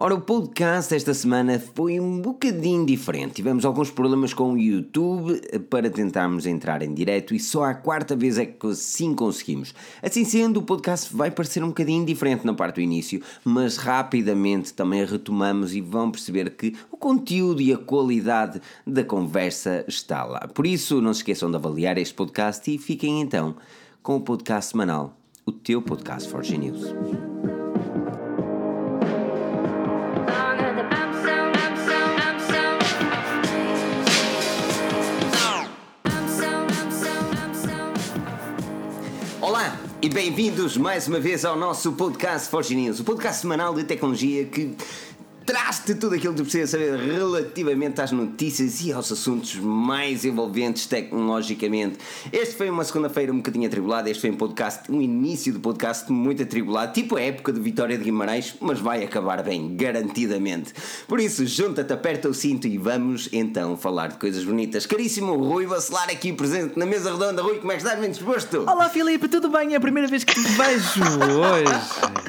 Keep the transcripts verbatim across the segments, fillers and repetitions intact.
Ora, o podcast esta semana foi um bocadinho diferente. Tivemos alguns problemas com o YouTube para tentarmos entrar em direto e só à quarta vez é que sim conseguimos. Assim sendo, o podcast vai parecer um bocadinho diferente na parte do início, mas rapidamente também retomamos e vão perceber que o conteúdo e a qualidade da conversa está lá. Por isso, não se esqueçam de avaliar este podcast e fiquem então com o podcast semanal, o teu podcast for Genius. Olá e bem-vindos mais uma vez ao nosso podcast for Genius, o podcast semanal de tecnologia que traz-te tudo aquilo que tu precisas saber relativamente às notícias e aos assuntos mais envolventes tecnologicamente. Este foi uma segunda-feira um bocadinho atribulada, este foi um podcast, um início de podcast muito atribulado, tipo a época de Vitória de Guimarães, mas vai acabar bem, garantidamente. Por isso, junta-te, aperta o cinto e vamos então falar de coisas bonitas. Caríssimo Rui Bacelar aqui presente na mesa redonda. Rui, como é que estás? Bem disposto? Olá Filipe, tudo bem? É a primeira vez que te vejo hoje.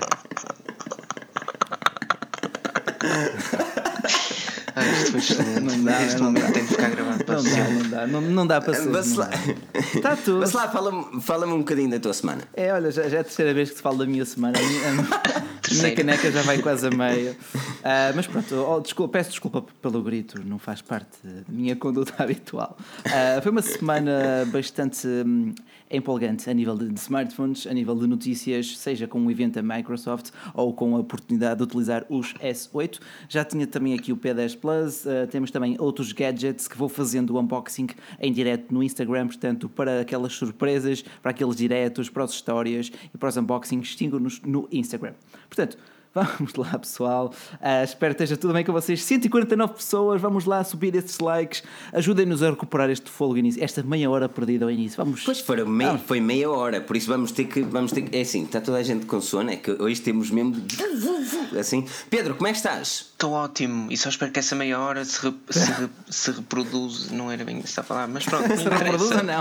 Ah, isto foi excelente. Não dá, este não momento dá. tem de ficar gravado para Não sempre. dá, não dá, não, não dá para ser. Bacelar, Está tudo. Bacelar, fala-me, fala-me um bocadinho da tua semana. É, olha, já, já é a terceira vez que te falo da minha semana. A minha, a minha Terceira. caneca já vai quase a meio. Ah, mas pronto, oh, desculpa, peço desculpa pelo grito, não faz parte da minha conduta habitual. Ah, foi uma semana bastante hum, empolgante a nível de, de smartphones, a nível de notícias, seja com um evento da Microsoft ou com a oportunidade de utilizar os S oito. Já tinha também aqui o P dez Plus, uh, temos também outros gadgets que vou fazendo o unboxing em direto no Instagram, portanto, para aquelas surpresas, para aqueles diretos, para as histórias e para os unboxings, sigo-nos no Instagram. Portanto, vamos lá, pessoal. Uh, espero que esteja tudo bem com vocês. cento e quarenta e nove pessoas. Vamos lá subir estes likes. Ajudem-nos a recuperar este fôlego início, esta meia hora perdida ao início. Vamos. Pois foi meia, foi meia hora, por isso vamos ter que. Vamos ter que é assim, está toda a gente com sono, é que hoje temos mesmo. De... Assim. Pedro, como é que estás? Estou ótimo e só espero que essa meia hora se, re, se, re, se reproduza. Não era bem isso a falar, mas pronto. Se reproduza, não.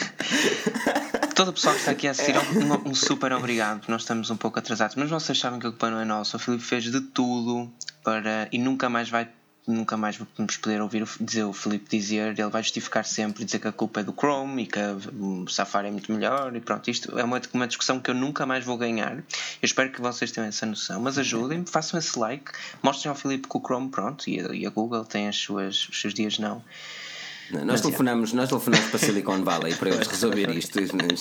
Todo o pessoal que está aqui a assistir, um, um super obrigado, porque nós estamos um pouco atrasados, mas vocês sabem que a culpa não é nossa. O Filipe fez de tudo para. E nunca mais vai. Nunca mais vamos poder ouvir dizer o Filipe dizer, ele vai justificar sempre, dizer que a culpa é do Chrome e que o Safari é muito melhor e pronto, isto é uma, uma discussão que eu nunca mais vou ganhar. Eu espero que vocês tenham essa noção, mas ajudem-me, façam esse like, mostrem ao Filipe que o Chrome, pronto, e a, e a Google tem as suas, os seus dias não. Não, nós, telefonamos, nós telefonamos para Silicon Valley para eles resolver isto.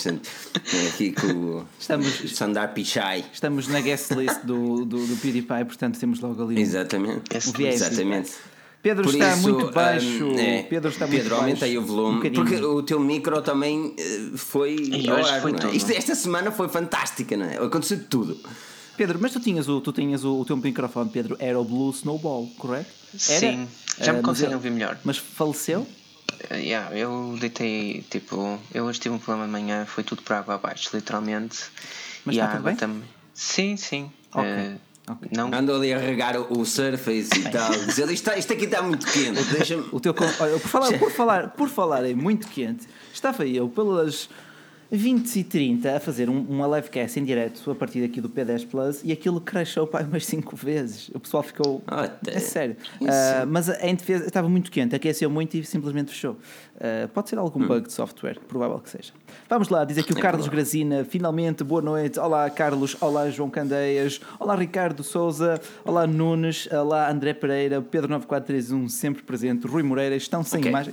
Aqui com o Estamos, Sundar Pichai. estamos na guest list do, do, do PewDiePie, portanto temos logo ali um, Exatamente. um V I P. Exatamente. Pedro Por está isso, muito baixo. hum, é, Pedro está muito Pedro, baixo. aumenta aí o volume, Um porque bocadinho. o teu micro também eh, foi. E ao hoje ar, foi não é? tudo. Isto, esta semana foi fantástica, não é? Aconteceu de tudo. Pedro, mas tu tinhas o, tu tinhas o, o teu microfone, Pedro, era o Blue Snowball, correto? Era? Sim, já me Ah, mas conseguem ele- ouvir melhor. Mas faleceu? Uh, yeah, eu deitei, tipo, eu hoje tive um problema de manhã, foi tudo para água abaixo, literalmente. Mas e está a tudo água bem? também. Sim, sim. Ok, Uh, ok. Não, Andou ali a regar o, o Surface e tal. Dizer isto, está- isto aqui está muito quente. Deixa-me. O teu, con- olha, por, falar, por, falar, por falar em muito quente, estava eu pelas vinte e trinta a fazer um, uma livecast em direto a partir daqui do P dez Plus e aquilo crashou para umas cinco vezes. O pessoal ficou. Ah, até- É sério. Isso. Ah, mas em defesa estava muito quente, aqueceu muito e simplesmente fechou. Ah, pode ser algum bug de software, provável que seja. Vamos lá, diz aqui o É Carlos provável. Grazina, finalmente, boa noite. Olá Carlos, olá João Candeias, olá Ricardo Souza, olá Nunes, olá André Pereira, Pedro nove quatro três um sempre presente, Rui Moreira, estão sem Ok. imagem.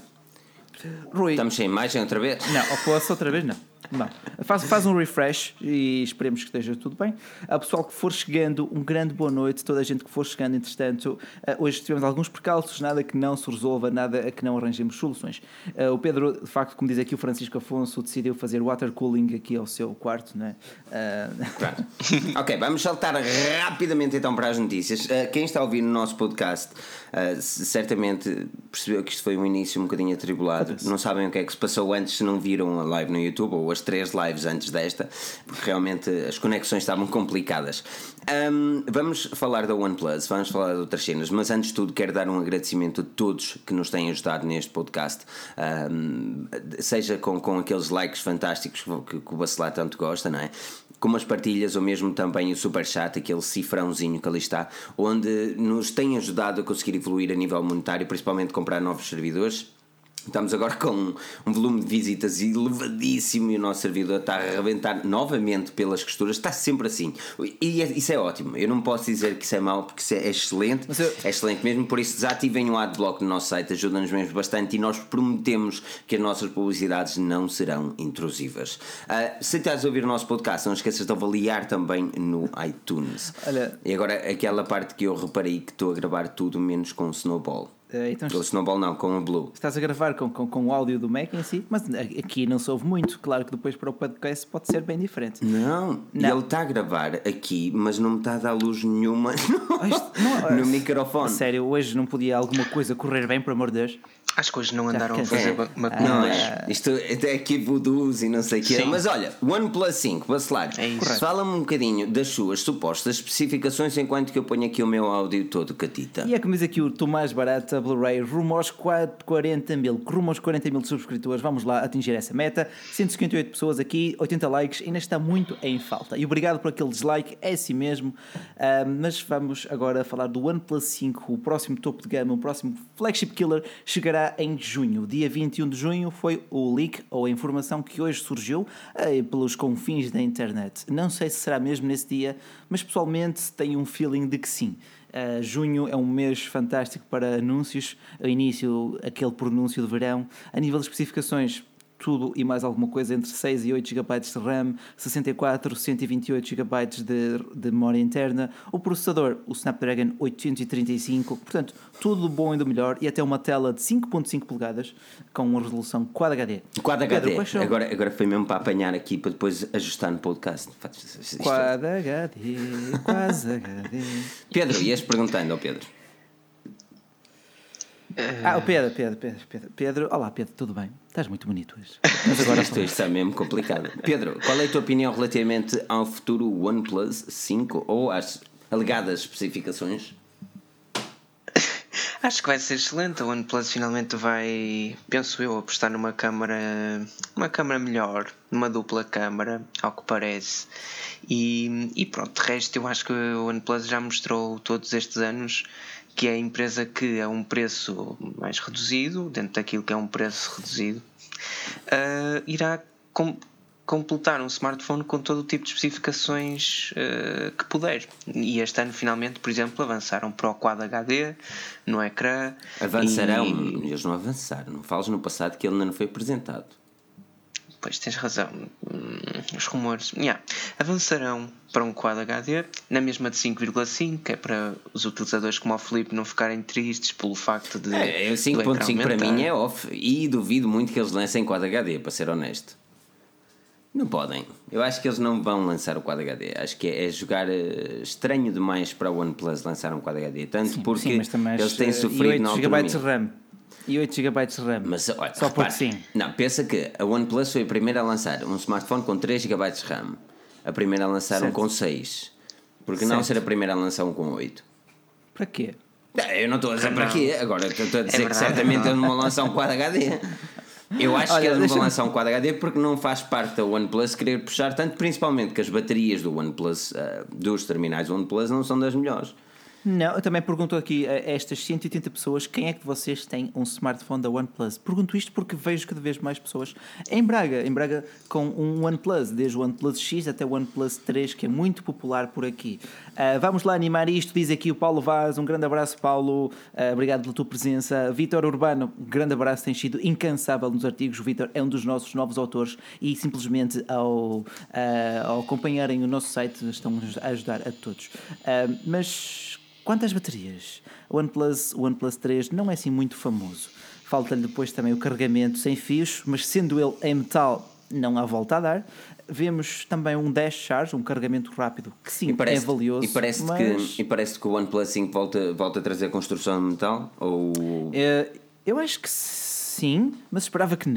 Rui, Estamos sem imagem outra vez? não, ou posso outra vez? Não. Não. Faz, faz um refresh e esperemos que esteja tudo bem. A pessoal que for chegando, um grande boa noite. Toda a gente que for chegando, entretanto, uh, hoje tivemos alguns percalços, nada que não se resolva, nada a que não arranjemos soluções. Uh, o Pedro, de facto, como diz aqui o Francisco Afonso, decidiu fazer water cooling aqui ao seu quarto, não é? Uh... Pronto. Ok, vamos saltar rapidamente então para as notícias. Uh, quem está a ouvir no nosso podcast uh, certamente percebeu que isto foi um início um bocadinho atribulado. Não sabem o que é que se passou antes se não viram a live no YouTube ou as três lives antes desta, porque realmente as conexões estavam complicadas. Um, vamos falar da OnePlus, vamos falar de outras cenas, mas antes de tudo quero dar um agradecimento a todos que nos têm ajudado neste podcast, um, seja com, com aqueles likes fantásticos que, que o Bacelar tanto gosta, não é? como as partilhas ou mesmo também o Superchat, aquele cifrãozinho que ali está, onde nos tem ajudado a conseguir evoluir a nível monetário, principalmente comprar novos servidores. Estamos agora com um, um volume de visitas elevadíssimo e o nosso servidor está a arrebentar novamente pelas costuras. Está sempre assim. E é, isso é ótimo. Eu não posso dizer que isso é mau, porque isso é excelente. Eu... É excelente mesmo. Por isso, desativem o adblock no nosso site. Ajuda-nos mesmo bastante e nós prometemos que as nossas publicidades não serão intrusivas. Uh, se estás a ouvir o nosso podcast, não esqueças de avaliar também no iTunes. Olha... E agora, aquela parte que eu reparei que estou a gravar tudo menos com o Snowball. Uh, então, o Snowball não, com o Blue. Estás a gravar com, com, com o áudio do Mac em si, mas aqui não se ouve muito. Claro que depois para o podcast pode ser bem diferente. Não, não. Ele está a gravar aqui, mas não me está a dar luz nenhuma no, Isto, não, no microfone. Sério, hoje não podia alguma coisa correr bem, por amor de Deus? Acho que hoje não andaram a fazer é. uma Não, é. Isto é aqui voodoos e não sei o quê. Mas olha, OnePlus cinco, Bacelar, é fala-me um bocadinho das suas supostas especificações enquanto que eu ponho aqui o meu áudio todo catita. E é como diz aqui o Tomás Barata, Blu-ray, rumo aos quarenta mil, rumo aos quarenta mil subscritores. Vamos lá atingir essa meta. cento e cinquenta e oito pessoas aqui, oitenta likes, ainda está muito em falta. E obrigado por aquele dislike, é assim mesmo. Uh, mas vamos agora falar do OnePlus cinco, o próximo topo de gama, o próximo flagship killer, chegará em junho. Dia vinte e um de junho foi o leak, ou a informação que hoje surgiu eh, pelos confins da internet. Não sei se será mesmo nesse dia, mas pessoalmente tenho um feeling de que sim. Uh, junho é um mês fantástico para anúncios, ao início aquele pronúncio de verão. A nível de especificações, tudo e mais alguma coisa entre seis e oito gigabytes de RAM, sessenta e quatro, cento e vinte e oito gigabytes de, de memória interna, o processador, o Snapdragon oitocentos e trinta e cinco, portanto, tudo do bom e do melhor, e até uma tela de cinco ponto cinco polegadas com uma resolução Quad H D. Quad H D, Pedro, agora, agora foi mesmo para apanhar aqui para depois ajustar no podcast. Quad H D, Quad H D. Pedro, ias perguntando ao Pedro. Ah, o Pedro, Pedro, Pedro, Pedro, Pedro. Olá, Pedro, tudo bem? Estás muito bonito hoje. Mas agora isto, isto é mesmo complicado. Pedro, qual é a tua opinião relativamente ao futuro OnePlus cinco ou às alegadas especificações? Acho que vai ser excelente. O OnePlus finalmente vai, penso eu, apostar numa câmara, uma câmara melhor, numa dupla câmara, ao que parece. E, e pronto, de resto, eu acho que o OnePlus já mostrou todos estes anos que é a empresa que a um preço mais reduzido, dentro daquilo que é um preço reduzido, uh, irá com, completar um smartphone com todo o tipo de especificações uh, que puder. E este ano, finalmente, por exemplo, avançaram para o Quad H D no ecrã. Avançarão? E... Eles não avançaram. Não fales no passado que ele ainda não foi apresentado. Pois, tens razão. Os rumores yeah. avançarão para um Quad H D na mesma de cinco vírgula cinco, que é para os utilizadores como o Filipe não ficarem tristes pelo facto de é, cinco ponto cinco para mim é off e duvido muito que eles lancem Quad H D, para ser honesto. Não podem. Eu acho que eles não vão lançar o Quad H D. Acho que é, é jogar uh, estranho demais para o OnePlus lançar um Quad H D, tanto sim, porque sim, eles têm sofrido na autonomia. De RAM. E oito gigabytes de RAM. Mas, olha, só repare, porque sim. Não, pensa que a OnePlus foi a primeira a lançar um smartphone com três gigabytes de RAM. A primeira a lançar certo. um com seis. Porque certo. não ser a primeira a lançar um com oito? Para quê? Eu não estou a dizer para quê. Agora estou a dizer é verdade, que certamente é eles não vão lançar um Quad H D. Eu acho Olha, que eles não vão lançar um Quad H D porque não faz parte da OnePlus querer puxar tanto, principalmente que as baterias do OnePlus, uh, dos terminais do OnePlus, não são das melhores. Não, eu também pergunto aqui a estas cento e oitenta pessoas quem é que vocês têm um smartphone da OnePlus. Pergunto isto porque vejo cada vez mais pessoas em Braga, em Braga com um OnePlus, desde o OnePlus X até o OnePlus três, que é muito popular por aqui. Uh, vamos lá animar isto, diz aqui o Paulo Vaz, um grande abraço, Paulo, uh, obrigado pela tua presença. Vítor Urbano, um grande abraço, tem sido incansável nos artigos. O Vítor é um dos nossos novos autores e simplesmente ao, uh, ao acompanharem o nosso site estão a ajudar a todos. Uh, mas... Quanto às baterias, o OnePlus, o OnePlus três não é assim muito famoso. Falta-lhe depois também o carregamento sem fios, mas sendo ele em metal, não há volta a dar. Vemos também um dash charge, um carregamento rápido, que sim, parece, é valioso. E parece mas... que, e parece que o OnePlus cinco volta, volta a trazer a construção de metal? Ou... É, eu acho que sim, mas esperava que não.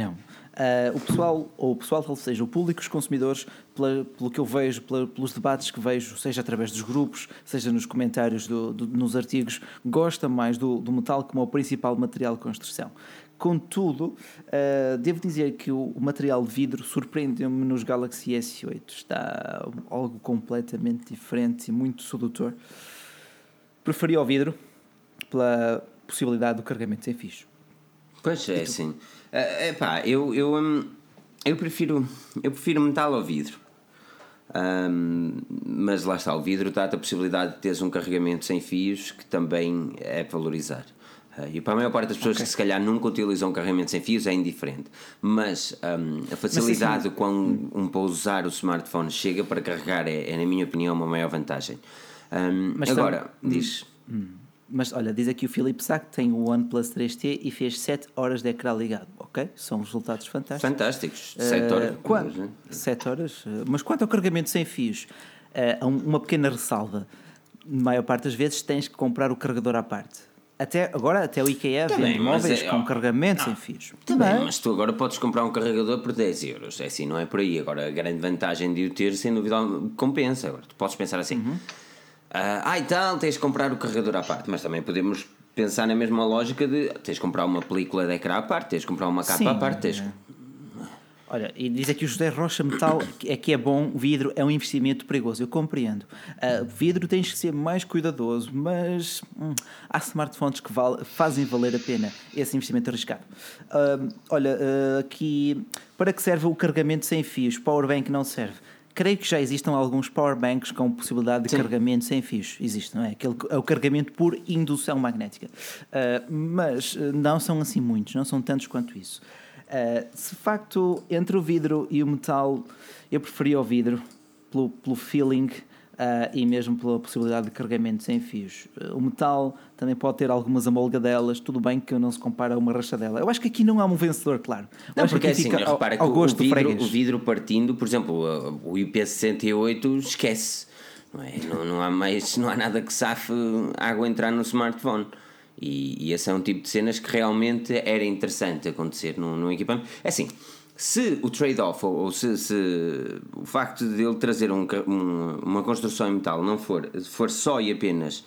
Uh, o pessoal, ou o pessoal, ou seja, o público, os consumidores, pela, pelo que eu vejo, pela, pelos debates que vejo, seja através dos grupos, seja nos comentários, do, do, nos artigos, gosta mais do, do metal como o principal material de construção. Contudo, uh, devo dizer que o, o material de vidro surpreendeu-me nos Galaxy S oito. Está algo completamente diferente e muito sedutor. Preferi ao vidro pela possibilidade do carregamento sem fios. Pois é, sim. Uh, epá, eu, eu, um, eu, prefiro, eu prefiro metal ao vidro. Um, mas lá está, o vidro dá-te a possibilidade de teres um carregamento sem fios que também é valorizar. Uh, e para a maior parte das pessoas okay. que se calhar nunca utilizam um carregamento sem fios é indiferente. Mas um, a facilidade mas, assim, quando um para usar o smartphone chega para carregar é, é na minha opinião, uma maior vantagem. Um, mas agora, tam... diz... Hum. Mas olha, diz aqui o Filipe Sá que tem o OnePlus três T e fez sete horas de ecrã ligado. Ok? São resultados fantásticos. Fantásticos. sete uh, horas. Quando, sete horas. Uh, mas quanto ao carregamento sem fios, uh, uma pequena ressalva. Na maior parte das vezes tens que comprar o carregador à parte. Até, agora até o IKEA tá vende bem, móveis é, com ó, carregamento não, sem fios. Tá bem, mas tu agora podes comprar um carregador por dez euros. É assim, não é por aí. Agora a grande vantagem de o ter, sem dúvida, compensa. Agora tu podes pensar assim... Uhum. Uh, ah, e tal, tens de comprar o carregador à parte, mas também podemos pensar na mesma lógica de tens de comprar uma película de ecrã à parte, tens de comprar uma capa Sim, à parte. Tens... É. Olha, e diz aqui o José Rocha: metal é que é bom, vidro é um investimento perigoso. Eu compreendo. Uh, vidro tens que ser mais cuidadoso, mas hum, há smartphones que val- fazem valer a pena esse investimento arriscado. Uh, olha, uh, aqui para que serve o carregamento sem fios? Powerbank não serve. Creio que já existam alguns powerbanks com possibilidade de Sim. carregamento sem fios. Existe, não é? Aquele, é o carregamento por indução magnética. Uh, mas não são assim muitos, não são tantos quanto isso. Uh, se de facto, entre o vidro e o metal, eu preferia o vidro pelo, pelo feeling uh, e mesmo pela possibilidade de carregamento sem fios. Uh, o metal também pode ter algumas amolgadelas, tudo bem que não se compara a uma rachadela. Eu acho que aqui não há um vencedor, claro. Eu não, acho porque que assim, fica repara ao, ao que gosto o vidro, do freguês. O vidro partindo, por exemplo, o I P sessenta e oito esquece. Não, é? não, não, há mais, não há nada que safe água entrar no smartphone. E, e esse é um tipo de cenas que realmente era interessante acontecer no, no equipamento. É assim, se o trade-off ou, ou se, se o facto de ele trazer um, um, uma construção em metal não for, for só e apenas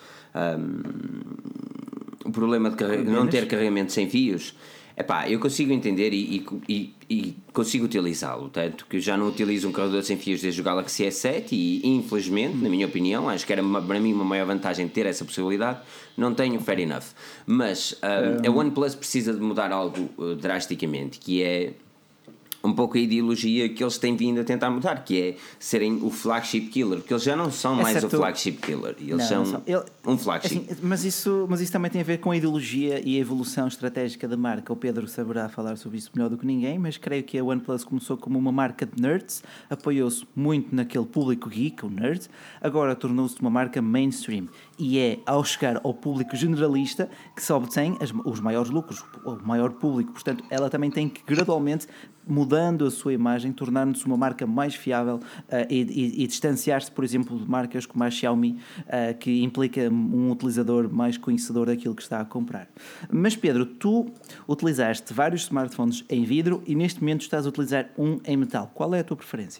um, o problema de carreg- não ter carregamento sem fios, epá, eu consigo entender e, e, e consigo utilizá-lo, tanto que eu já não utilizo um carregador sem fios desde o Galaxy S sete e infelizmente, na minha opinião, acho que era uma, para mim uma maior vantagem ter essa possibilidade. Não tenho, fair enough, mas um, um... a OnePlus precisa de mudar algo uh, drasticamente, que é um pouco a ideologia que eles têm vindo a tentar mudar, que é serem o flagship killer, porque eles já não são mais Exceto... o flagship killer, eles não, são, são. Ele... um flagship. Assim, mas, isso, mas isso também tem a ver com a ideologia e a evolução estratégica da marca. O Pedro saberá falar sobre isso melhor do que ninguém, mas creio que a OnePlus começou como uma marca de nerds, apoiou-se muito naquele público geek, o nerd, agora tornou-se uma marca mainstream e é ao chegar ao público generalista que se obtém as, os maiores lucros, o maior público. Portanto, ela também tem que gradualmente, mudando a sua imagem, tornar-se uma marca mais fiável uh, e, e, e distanciar-se, por exemplo, de marcas como a Xiaomi, uh, que implica um utilizador mais conhecedor daquilo que está a comprar. Mas Pedro, tu utilizaste vários smartphones em vidro e neste momento estás a utilizar um em metal. Qual é a tua preferência?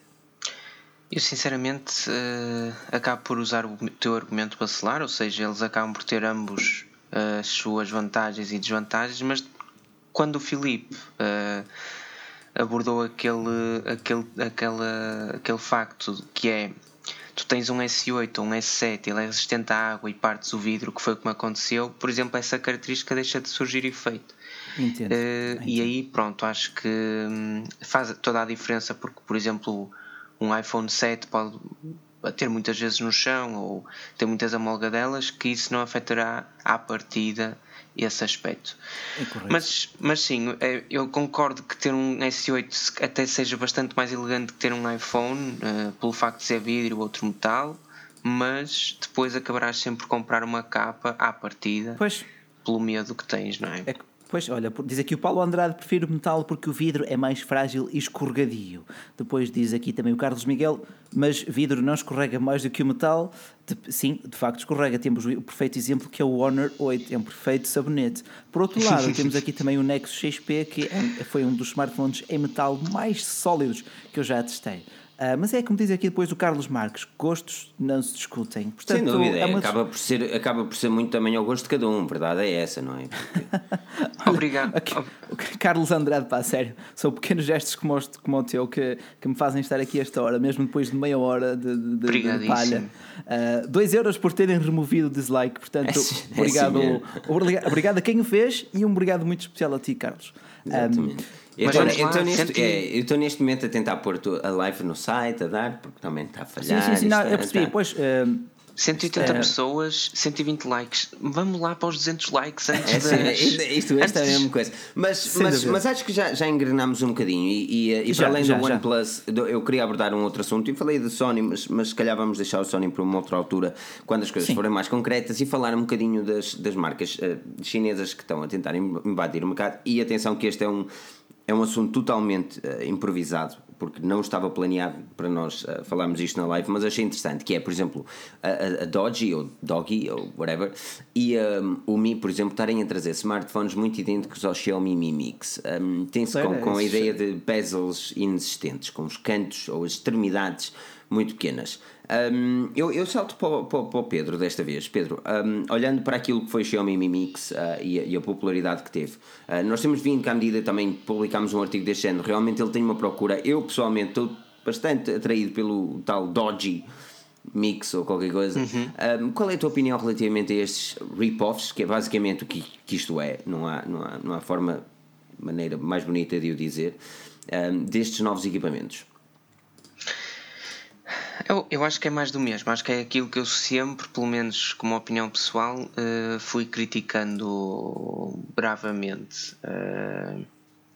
Eu sinceramente uh, acabo por usar o teu argumento bacelar, ou seja, eles acabam por ter ambos uh, as suas vantagens e desvantagens, mas quando o Filipe uh, abordou aquele, aquele, aquela, aquele facto que é tu tens um S oito ou um S sete, ele é resistente à água e partes o vidro, que foi como aconteceu, por exemplo, essa característica deixa de surgir efeito. Entendo. Uh, Entendo. E aí pronto, acho que hum, faz toda a diferença, porque por exemplo um iPhone sete pode bater muitas vezes no chão ou ter muitas amolgadelas, que isso não afetará à partida esse aspecto. É mas, mas sim, eu concordo que ter um S oito até seja bastante mais elegante que ter um iPhone, uh, pelo facto de ser vidro ou outro metal, mas depois acabarás sempre por comprar uma capa à partida, pois. pelo medo que tens, não é? é Pois, olha, diz aqui o Paulo Andrade: prefiro metal porque o vidro é mais frágil e escorregadio. Depois diz aqui também o Carlos Miguel: mas vidro não escorrega mais do que o metal? De, sim, de facto escorrega. Temos o perfeito exemplo que é o Honor oito, é um perfeito sabonete. Por outro lado, temos aqui também o Nexus X P, que é, foi um dos smartphones em metal mais sólidos que eu já testei. Uh, mas é como diz aqui depois o Carlos Marques: gostos não se discutem. Portanto, sem dúvida, é uma... acaba, por ser, acaba por ser muito também ao gosto de cada um, verdade é essa, não é? Porque... Obrigado. Aqui, Carlos Andrade, pá, sério, são pequenos gestos como, os, como o teu que, que me fazem estar aqui esta hora, mesmo depois de meia hora de, de, de, de palha. Uh, dois euros por terem removido o dislike, portanto, é, obrigado, é obrigado, obrigado a quem o fez e um obrigado muito especial a ti, Carlos. Exatamente. Um, Eu estou neste, é, neste momento a tentar pôr a live no site, a dar, porque também está a falhar. Sim, sim, sim, não, eu percebi. Pois, uh, cento e oitenta uh, pessoas, cento e vinte likes. Vamos lá para os duzentos likes antes é, das... Isto, isto esta é a mesma coisa. Mas, mas, mas acho que já, já engrenámos um bocadinho. E, e, e já, para além já, do OnePlus, eu queria abordar um outro assunto. E falei de Sony, mas, mas se calhar vamos deixar o Sony para uma outra altura, quando as coisas sim. forem mais concretas, e falar um bocadinho das, das marcas uh, chinesas que estão a tentar invadir o mercado. E atenção que este é um... É um assunto totalmente uh, improvisado, porque não estava planeado para nós uh, falarmos isto na live, mas achei interessante, que é, por exemplo, a, a Doji, ou Doggy, ou whatever, e um, o Mi, por exemplo, estarem a trazer smartphones muito idênticos ao Xiaomi Mi Mix. Um, tem-se com, com a ideia de bezels inexistentes, com os cantos ou as extremidades muito pequenas. Um, eu, eu salto para o, para, para o Pedro desta vez. Pedro, um, olhando para aquilo que foi o Xiaomi Mi Mix uh, e, a, e a popularidade que teve, uh, nós temos vindo que à medida também publicámos um artigo deste género, realmente ele tem uma procura. Eu pessoalmente estou bastante atraído pelo tal Doji Mix ou qualquer coisa. Uhum. Um, qual é a tua opinião relativamente a estes rip-offs, que é basicamente o que, que isto é, não há, não há, não há forma, maneira mais bonita de o dizer, um, destes novos equipamentos? Eu, eu acho que é mais do mesmo. Acho que é aquilo que eu sempre, pelo menos como opinião pessoal, uh, fui criticando bravamente. Uh,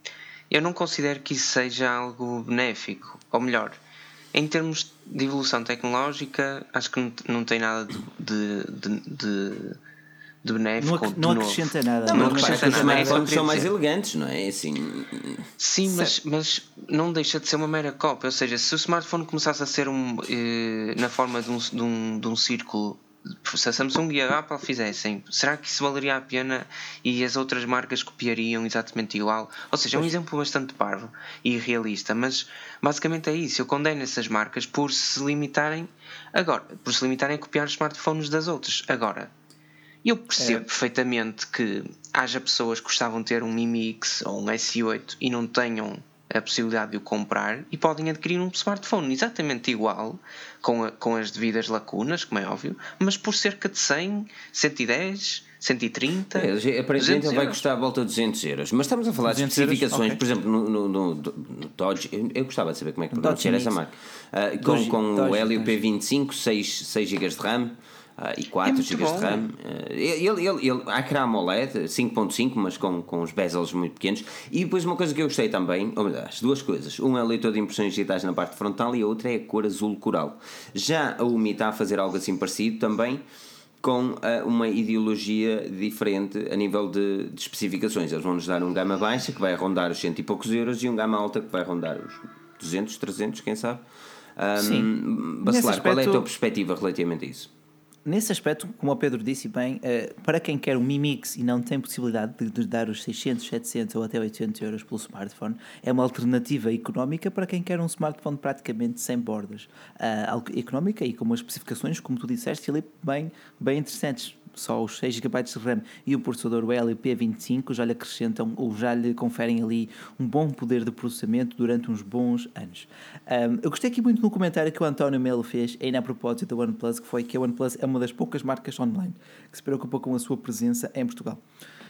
eu não considero que isso seja algo benéfico. Ou melhor, em termos de evolução tecnológica, acho que não, não tem nada de, de, de, de benéfico. Não, ac- não acrescenta nada. Não, não acrescenta nada. Os smartphones são mais elegantes, não é? Assim... Sim, mas, mas não deixa de ser uma mera cópia. Ou seja, se o smartphone começasse a ser um, eh, na forma de um, de, um, de um círculo, se a Samsung e a Apple fizessem, será que isso valeria a pena e as outras marcas copiariam exatamente igual? Ou seja, é um exemplo bastante parvo e irrealista, mas basicamente é isso. Eu condeno essas marcas por se limitarem agora, por se limitarem a copiar os smartphones das outras. Agora, eu percebo é. perfeitamente que haja pessoas que gostavam de ter um Mi Mix ou um S oito e não tenham a possibilidade de o comprar e podem adquirir um smartphone exatamente igual, com, a, com as devidas lacunas, como é óbvio, mas por cerca de cem, cento e dez, cento e trinta. É, aparentemente ele vai custar à volta de duzentos euros, mas estamos a falar de especificações, okay. Por exemplo, no, no, no, no Dodge, eu, eu gostava de saber como é que pronunciar essa marca, uh, com, Dodge, com Dodge, o Helio P vinte e cinco, seis gigas de RAM. Uh, e quatro gigas de RAM. Uh, ele, ele, ele, há que AMOLED cinco ponto cinco, mas com, com os bezels muito pequenos. E depois uma coisa que eu gostei também, ou melhor, as duas coisas. Um é o leitor de impressões digitais na parte frontal e a outra é a cor azul coral. Já a Umi está a fazer algo assim parecido também, com uh, uma ideologia diferente a nível de, de especificações. Eles vão nos dar um gama baixa que vai rondar os cento e poucos euros e um gama alta que vai rondar os duzentos, trezentos, quem sabe. Um, Sim. Bacelar, aspecto... qual é a tua perspectiva relativamente a isso? Nesse aspecto, como o Pedro disse bem, para quem quer um Mi Mix e não tem possibilidade de dar os seiscentos, setecentos ou até oitocentos euros pelo smartphone, é uma alternativa económica para quem quer um smartphone praticamente sem bordas. Uh, económica e com umas especificações, como tu disseste, Filipe, bem, bem interessantes. Só os seis gigabytes de RAM e o processador o Helio P vinte e cinco já lhe acrescentam ou já lhe conferem ali um bom poder de processamento durante uns bons anos. Um, eu gostei aqui muito no comentário que o António Melo fez, ainda a propósito da OnePlus, que foi que a OnePlus é uma das poucas marcas online que se preocupa com a sua presença em Portugal.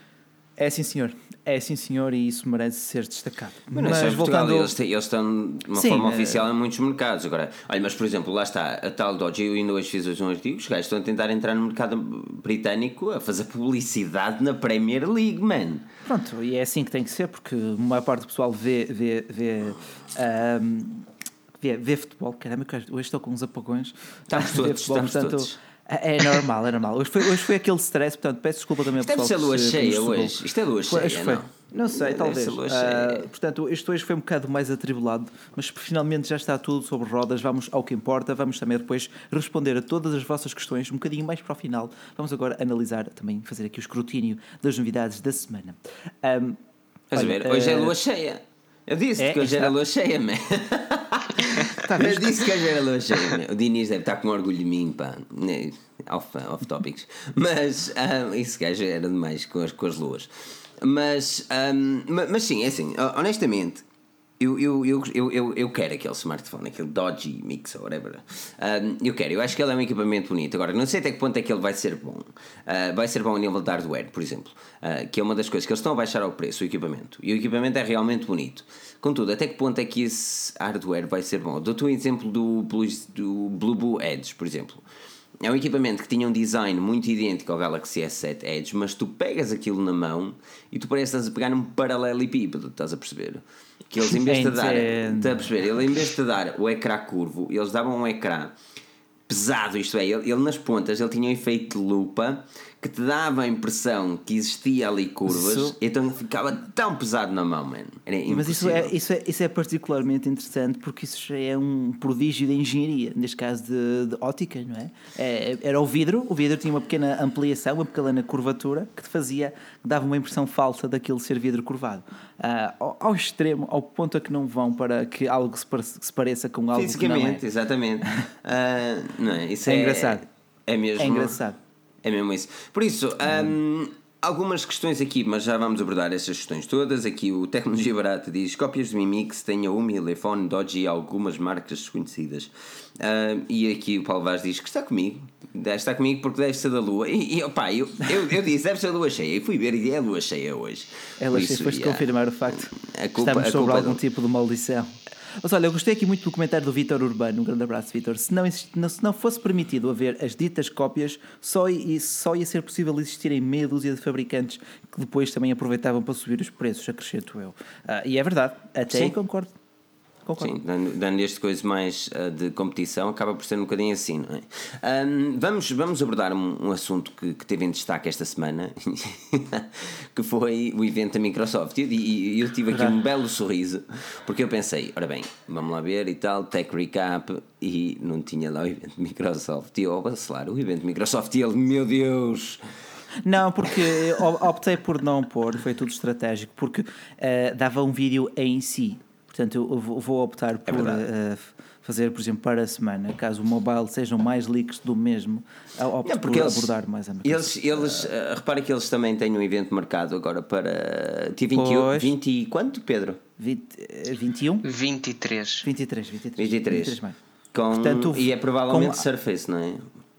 É sim senhor, é sim senhor e isso merece ser destacado. Mas, mas voltando... Portugal, eles, eles estão de uma sim, forma oficial é... em muitos mercados. Agora, olha, mas por exemplo, lá está a tal Dodge, eu ainda hoje fiz um artigo, os gajos estão a tentar entrar no mercado britânico a fazer publicidade na Premier League, man. Pronto, e é assim que tem que ser, porque a maior parte do pessoal vê, vê, vê, um, vê, vê futebol. Caramba, hoje estou com uns apagões. Estamos todos, futebol, estamos portanto, todos. É normal, é normal. Hoje foi, hoje foi aquele stress, portanto, peço desculpa também ao Isto deve pessoal. ser lua que se- que cheia nos sugou. hoje. Isto é lua Foi- hoje cheia, foi. não? Não sei, Deve talvez. ser lua Ah, cheia. portanto, isto hoje foi um bocado mais atribulado, mas finalmente já está tudo sobre rodas. Vamos ao que importa. Vamos também depois responder a todas as vossas questões um bocadinho mais para o final. Vamos agora analisar, também fazer aqui o escrutínio das novidades da semana. Ahm, Estás a olha, ver? Hoje é ah, lua cheia. Eu disse é, que hoje está. era lua cheia, man. Tá Eu disse que hoje era lua cheia, man. O Diniz deve estar com orgulho de mim, pá. Né, Off, off topics. Mas ah, esse gajo era demais com as, com as luas. Mas, ahm, ma- mas sim, é assim, honestamente, eu, eu, eu, eu, eu, eu quero aquele smartphone, aquele Doji Mix ou whatever. Ahm, eu quero, eu acho que ele é um equipamento bonito. Agora, não sei até que ponto é que ele vai ser bom. Ah, vai ser bom a nível de hardware, por exemplo, ah, que é uma das coisas que eles estão a baixar ao preço, o equipamento. E o equipamento é realmente bonito. Contudo, até que ponto é que esse hardware vai ser bom? Dou-te um exemplo do, Blue- do Blueboo Edge, por exemplo. É um equipamento que tinha um design muito idêntico ao Galaxy S sete Edge, mas tu pegas aquilo na mão e tu pareces que estás a pegar num paralelepípedo, estás a perceber? Que eles, em vez de dar, Entendo. estás a perceber? Ele, em vez de dar o ecrã curvo, eles davam um ecrã pesado, isto é, ele, ele nas pontas ele tinha um efeito de lupa que te dava a impressão que existia ali curvas, Isso- então ficava tão pesado na mão, man. Era Mas isso impossível. é, isso, é, isso é particularmente interessante porque isso já é um prodígio da engenharia, neste caso de, de ótica, não é? É, Era o vidro, o vidro tinha uma pequena ampliação, uma pequena curvatura que te fazia, que dava uma impressão falsa daquilo ser vidro curvado. Ah, ao, ao extremo, ao ponto a que não vão para que algo se, pare- se pareça com algo que não é. Fisicamente, exatamente. Ah, não é? Isso É é, engraçado. É mesmo. É engraçado. É mesmo isso. Por isso, hum, algumas questões aqui, mas já vamos abordar essas questões todas. Aqui o Tecnologia Barata diz: cópias de Mi Mix têm a Umi, Elefone, Doji e algumas marcas desconhecidas. Hum, e aqui o Paulo Vaz diz que está comigo. Está comigo porque deve ser da Lua. E, e opá, eu, eu, eu disse: deve ser da Lua cheia. E fui ver e é Lua cheia hoje. Ela Por isso, foste yeah, confirmar o facto a que culpa- estamos a sobre culpa algum do- tipo de maldição. Mas olha, eu gostei aqui muito do comentário do Vítor Urbano. Um grande abraço, Vítor. Se não, exist- não- se não fosse permitido haver as ditas cópias, só, i- só ia ser possível existirem meia dúzia de fabricantes que depois também aproveitavam para subir os preços, acrescento eu. Ah, e é verdade, até Sim. aí concordo. Concordo. Sim, dando, dando este coisa mais uh, de competição, acaba por ser um bocadinho assim, não é? Um, vamos, vamos abordar um, um assunto que, que teve em destaque esta semana, que foi o evento da Microsoft. E eu, e eu tive aqui um belo sorriso, porque eu pensei, ora bem, vamos lá ver e tal, tech recap, e não tinha lá o evento da Microsoft. E eu, claro, o evento da Microsoft, e ele, meu Deus... Não, porque eu optei por não pôr, foi tudo estratégico, porque eh, dava um vídeo em si. Portanto, eu vou vou optar por verdade. eh, fazer, por exemplo, para a semana, caso o mobile sejam mais leaks do mesmo, eu opto Não, porque por eles, abordar mais a Microsoft. eles, eles uh, repara que eles também têm um evento marcado agora para dia vinte e um, Pois. vinte e quanto, Pedro? vinte, eh, vinte e um? vinte e três. vinte e três, vinte e três. vinte e três. mais. Com, Portanto, e é provavelmente com- Surface, não é?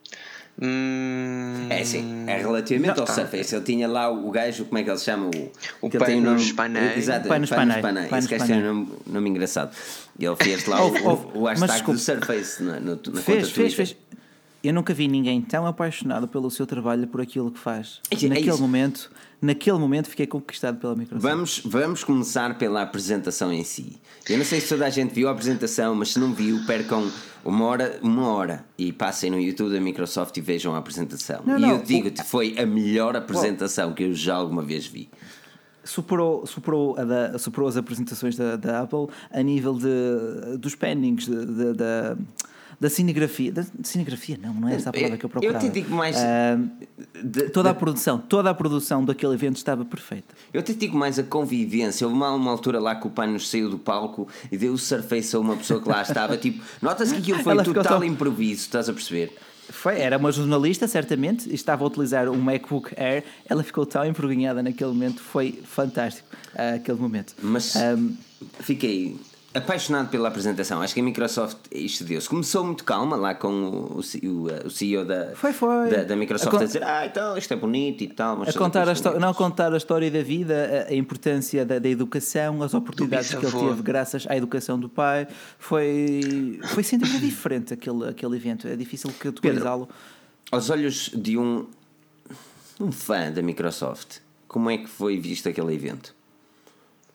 Hum, É sim, é relativamente não, ao tá. Surface. Ele tinha lá o gajo, como é que ele se chama? O, O que ele tem Panos nome- Panay. Exato, Panos Panos Panay. Panay. Panos Esse gajo Panay. tem um nome, nome engraçado. Ele fez lá Houve, o, houve. o, o Mas hashtag do desculpe. Surface na, no, na conta Fez, fez, Twitter. fez. Eu nunca vi ninguém tão apaixonado pelo seu trabalho, por aquilo que faz. É, é naquele isso. momento, naquele momento fiquei conquistado pela Microsoft. Vamos, vamos começar pela apresentação em si. Eu não sei se toda a gente viu a apresentação, mas se não viu, percam uma hora, uma hora e passem no YouTube da Microsoft e vejam a apresentação. Não, e não, eu digo-te, o- foi a melhor apresentação que eu já alguma vez vi. Superou, superou, a da, superou as apresentações da, da Apple a nível de, dos pannings, de, de- da, da cinegrafia. Da cinegrafia, não, não é essa a palavra que eu procurava. Eu te digo mais. Ah, de- toda a de- produção, toda a produção daquele evento estava perfeita. Eu te digo mais a convivência. Houve uma, uma altura lá que o Panos saiu do palco e deu o surface a uma pessoa que lá estava. Tipo, nota-se que aquilo foi Ela ficou total tão- improviso, estás a perceber? Foi, era uma jornalista, certamente, e estava a utilizar um MacBook Air. Ela ficou tão envergonhada naquele momento, foi fantástico ah, aquele momento. Mas Ahm, fiquei apaixonado pela apresentação. Acho que a Microsoft excedeu-se. Começou muito calma lá com o, o, C- o, o C E O da, Foi, foi. da, da Microsoft A a, con- dizer: Ah, então isto é bonito e tal. Mas a só contar a depois histó- com não eles." contar a história da vida, a, a importância da, da educação, as oportunidades que ele bisavô. teve graças à educação do pai, foi, foi sem dúvida diferente aquele, aquele evento. É difícil categorizá-lo. Aos olhos de um, um fã da Microsoft, como é que foi visto aquele evento?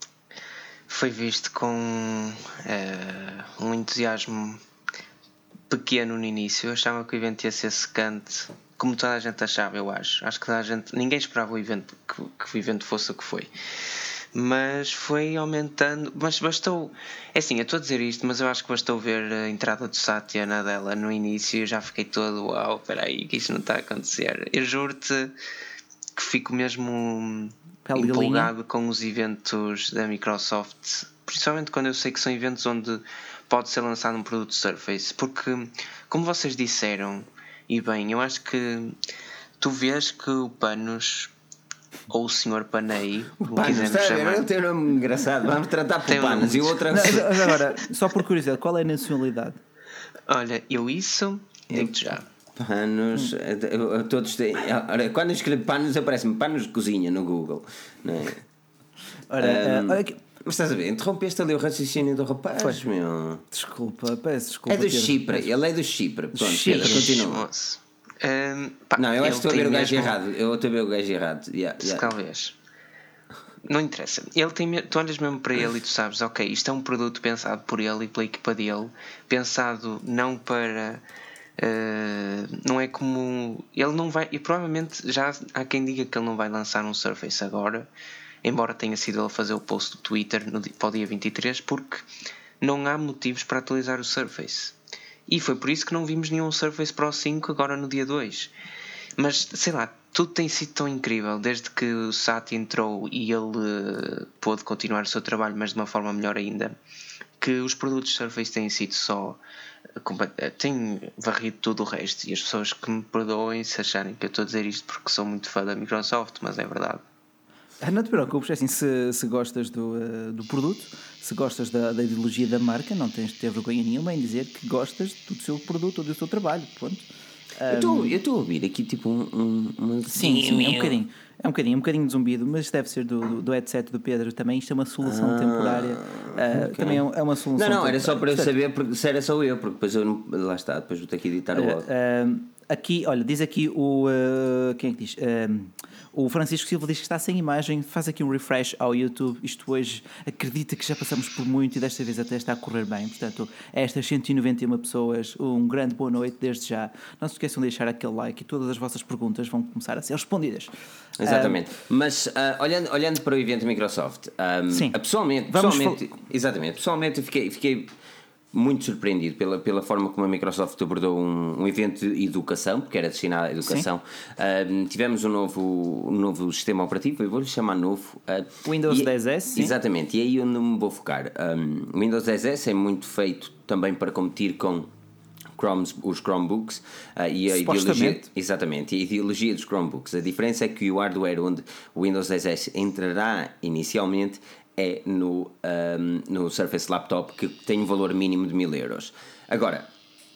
Foi visto com eh, um entusiasmo pequeno no início, eu achava que o evento ia ser secante, como toda a gente achava, eu acho. Acho que toda a gente, ninguém esperava o evento, que, que o evento fosse o que foi. Mas foi aumentando, mas bastou, é assim, eu estou a dizer isto, mas eu acho que bastou ver a entrada do Satya Nadella no início e eu já fiquei todo, uau, espera aí, que isto não está a acontecer. Eu juro-te que fico mesmo empolgado com os eventos da Microsoft, principalmente quando eu sei que são eventos onde pode ser lançado um produto Surface, porque, como vocês disseram, e bem, eu acho que tu vês que o Panos, ou o senhor Panei, o Panos, está a ver? Ele tem um nome engraçado, vamos tratar por Panos. Um... E outra... Não, agora, só por curiosidade, qual é a nacionalidade? Olha, eu isso, digo-te já. Panos, hum. todos têm. Ora, quando eu escrevo Panos, aparece-me Panos de cozinha no Google, não é? Ora, um, olha que... Mas estás a ver? Interrompeste ali o raciocínio do rapaz, Foi. meu. Desculpa, peço desculpa. É do Chipre, mas... ele é do Chipre. Pronto, Chipre. Continua. Um, pá, não, eu acho que estou a ver o gajo mesmo... errado. Eu estou a ver o gajo errado. Yeah, yeah. Talvez. Não interessa. Ele tem, tu olhas mesmo para ele e tu sabes, ok, isto é um produto pensado por ele e pela equipa dele, pensado não para. Uh, não é como. Ele não vai. E provavelmente já há quem diga que ele não vai lançar um Surface agora, embora tenha sido ele a fazer o post do Twitter no, para o dia vinte e três, porque não há motivos para atualizar o Surface. E foi por isso que não vimos nenhum Surface Pro cinco agora no dia dois. Mas, sei lá, tudo tem sido tão incrível, desde que o Satya entrou e ele uh, pôde continuar o seu trabalho, mas de uma forma melhor ainda, que os produtos Surface têm sido só... têm varrido tudo o resto. E as pessoas que me perdoem se acharem que eu estou a dizer isto porque sou muito fã da Microsoft, mas é verdade. Não te preocupes, é assim, se, se gostas do, uh, do produto, se gostas da, da ideologia da marca, não tens de ter vergonha nenhuma em dizer que gostas do seu produto ou do seu trabalho, pronto. Um, eu estou a ouvir aqui tipo um... um, um... Sim, sim, é um bocadinho, é um bocadinho, um bocadinho de zumbido, mas deve ser do, do, do headset do Pedro também. Isto é uma solução ah, temporária, uh, okay. Também é uma solução Não, não, temporária. Era só para eu saber porque, se era só eu, porque depois eu não, lá está, depois vou ter que editar o áudio. Uh, aqui, olha, diz aqui o... Uh, quem é que diz? Uh, O Francisco Silva diz que está sem imagem, faz aqui um refresh ao YouTube. Isto hoje acredita que já passamos por muito e desta vez até está a correr bem. Portanto, a estas cento e noventa e uma pessoas, um grande boa noite desde já. Não se esqueçam de deixar aquele like e todas as vossas perguntas vão começar a ser respondidas. Exatamente. Um, Mas uh, olhando, olhando para o evento Microsoft, um, sim. pessoalmente, pessoalmente, fal- exatamente, pessoalmente eu fiquei... fiquei muito surpreendido pela, pela forma como a Microsoft abordou um, um evento de educação, porque era destinado à educação. Uh, tivemos um novo, um novo sistema operativo, eu vou-lhe chamar novo. Uh, Windows e, dez S, sim. Exatamente, e aí eu não me vou focar. Um, o Windows dez S é muito feito também para competir com Chromes, os Chromebooks uh, e a ideologia, exatamente, a ideologia dos Chromebooks. A diferença é que o hardware onde o Windows dez S entrará inicialmente é no, um, no Surface Laptop, que tem um valor mínimo de mil euros. Agora,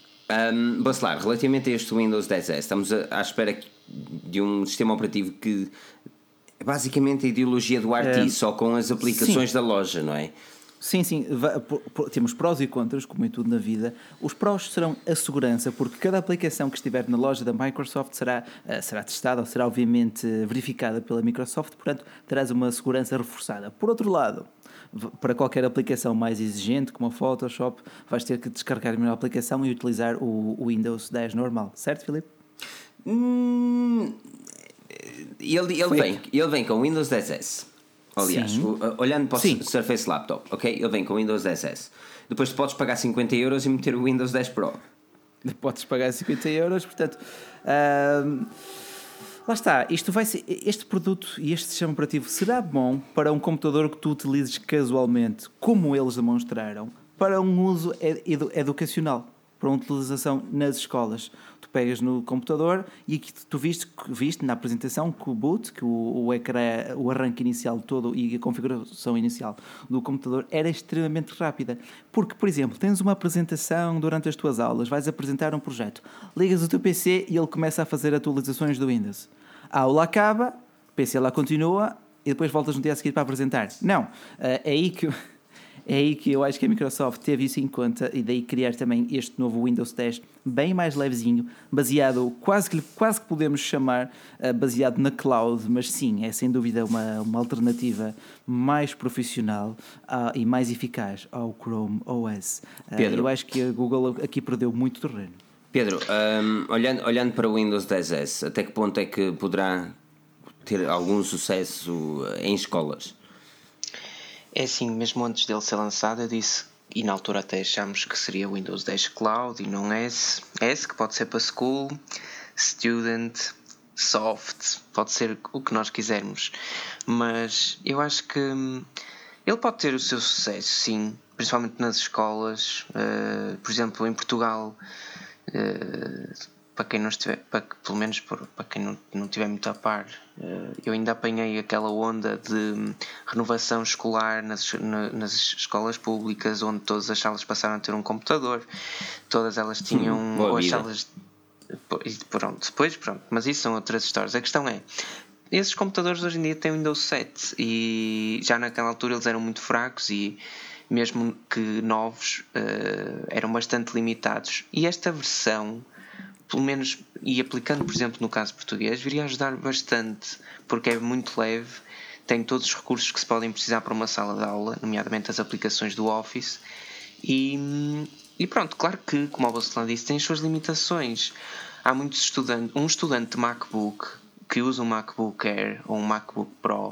um, Bacelar, relativamente a este Windows dez S, estamos a, à espera de um sistema operativo que é basicamente a ideologia do R T, é, só com as aplicações sim. da loja, não é? Sim, sim, temos prós e contras, como em tudo na vida. Os prós serão a segurança, porque cada aplicação que estiver na loja da Microsoft será, será testada ou será obviamente verificada pela Microsoft, portanto terás uma segurança reforçada. Por outro lado, para qualquer aplicação mais exigente, como a Photoshop, vais ter que descarregar a melhor aplicação e utilizar o Windows dez normal, certo, Filipe? Hum, ele, ele, vem, ele vem com o Windows dez S. Aliás, o, olhando para o Sim. Surface Laptop, ok? Ele vem com o Windows dez S. Depois tu podes pagar cinquenta euros e meter o Windows dez Pro. Podes pagar cinquenta euros, portanto... Uh, lá está, isto vai ser, este produto e este sistema operativo será bom para um computador que tu utilizes casualmente, como eles demonstraram, para um uso edu- educacional, para uma utilização nas escolas. Tu pegas no computador e aqui tu viste, viste na apresentação que o boot, que o, o ecrã, o arranque inicial todo e a configuração inicial do computador era extremamente rápida. Porque, por exemplo, tens uma apresentação durante as tuas aulas, vais apresentar um projeto, ligas o teu P C e ele começa a fazer atualizações do Windows. A aula acaba, o P C lá continua e depois voltas no dia a seguir para apresentar. Não, é aí que... É aí que eu acho que a Microsoft teve isso em conta e daí criar também este novo Windows dez bem mais levezinho, baseado, quase que, quase que podemos chamar uh, baseado na cloud, mas sim, é sem dúvida uma, uma alternativa mais profissional uh, e mais eficaz ao Chrome O S. Uh, Pedro. Eu acho que a Google aqui perdeu muito terreno. Pedro, um, olhando, olhando para o Windows dez S, até que ponto é que poderá ter algum sucesso em escolas? É assim, mesmo antes dele ser lançado, eu disse, e na altura até achámos que seria Windows dez Cloud e não S. S, que pode ser para School, Student, Soft, pode ser o que nós quisermos. Mas eu acho que hum, ele pode ter o seu sucesso, sim, principalmente nas escolas. Uh, por exemplo, em Portugal, uh, para quem não estiver, para, pelo menos para, para quem não, não estiver muito a par, uh, eu ainda apanhei aquela onda de um, renovação escolar nas, na, nas escolas públicas, onde todas as salas passaram a ter um computador, todas elas tinham, hum, ou as salas, e pronto, depois pronto, mas isso são outras histórias. A questão é, esses computadores hoje em dia têm Windows sete e já naquela altura eles eram muito fracos e mesmo que novos uh, eram bastante limitados, e esta versão, pelo menos, e aplicando por exemplo no caso português, viria a ajudar bastante, porque é muito leve, tem todos os recursos que se podem precisar para uma sala de aula, nomeadamente as aplicações do Office, e, e pronto, claro que, como o Bacelar disse, tem as suas limitações. Há muitos estudantes, um estudante de MacBook que usa um MacBook Air ou um MacBook Pro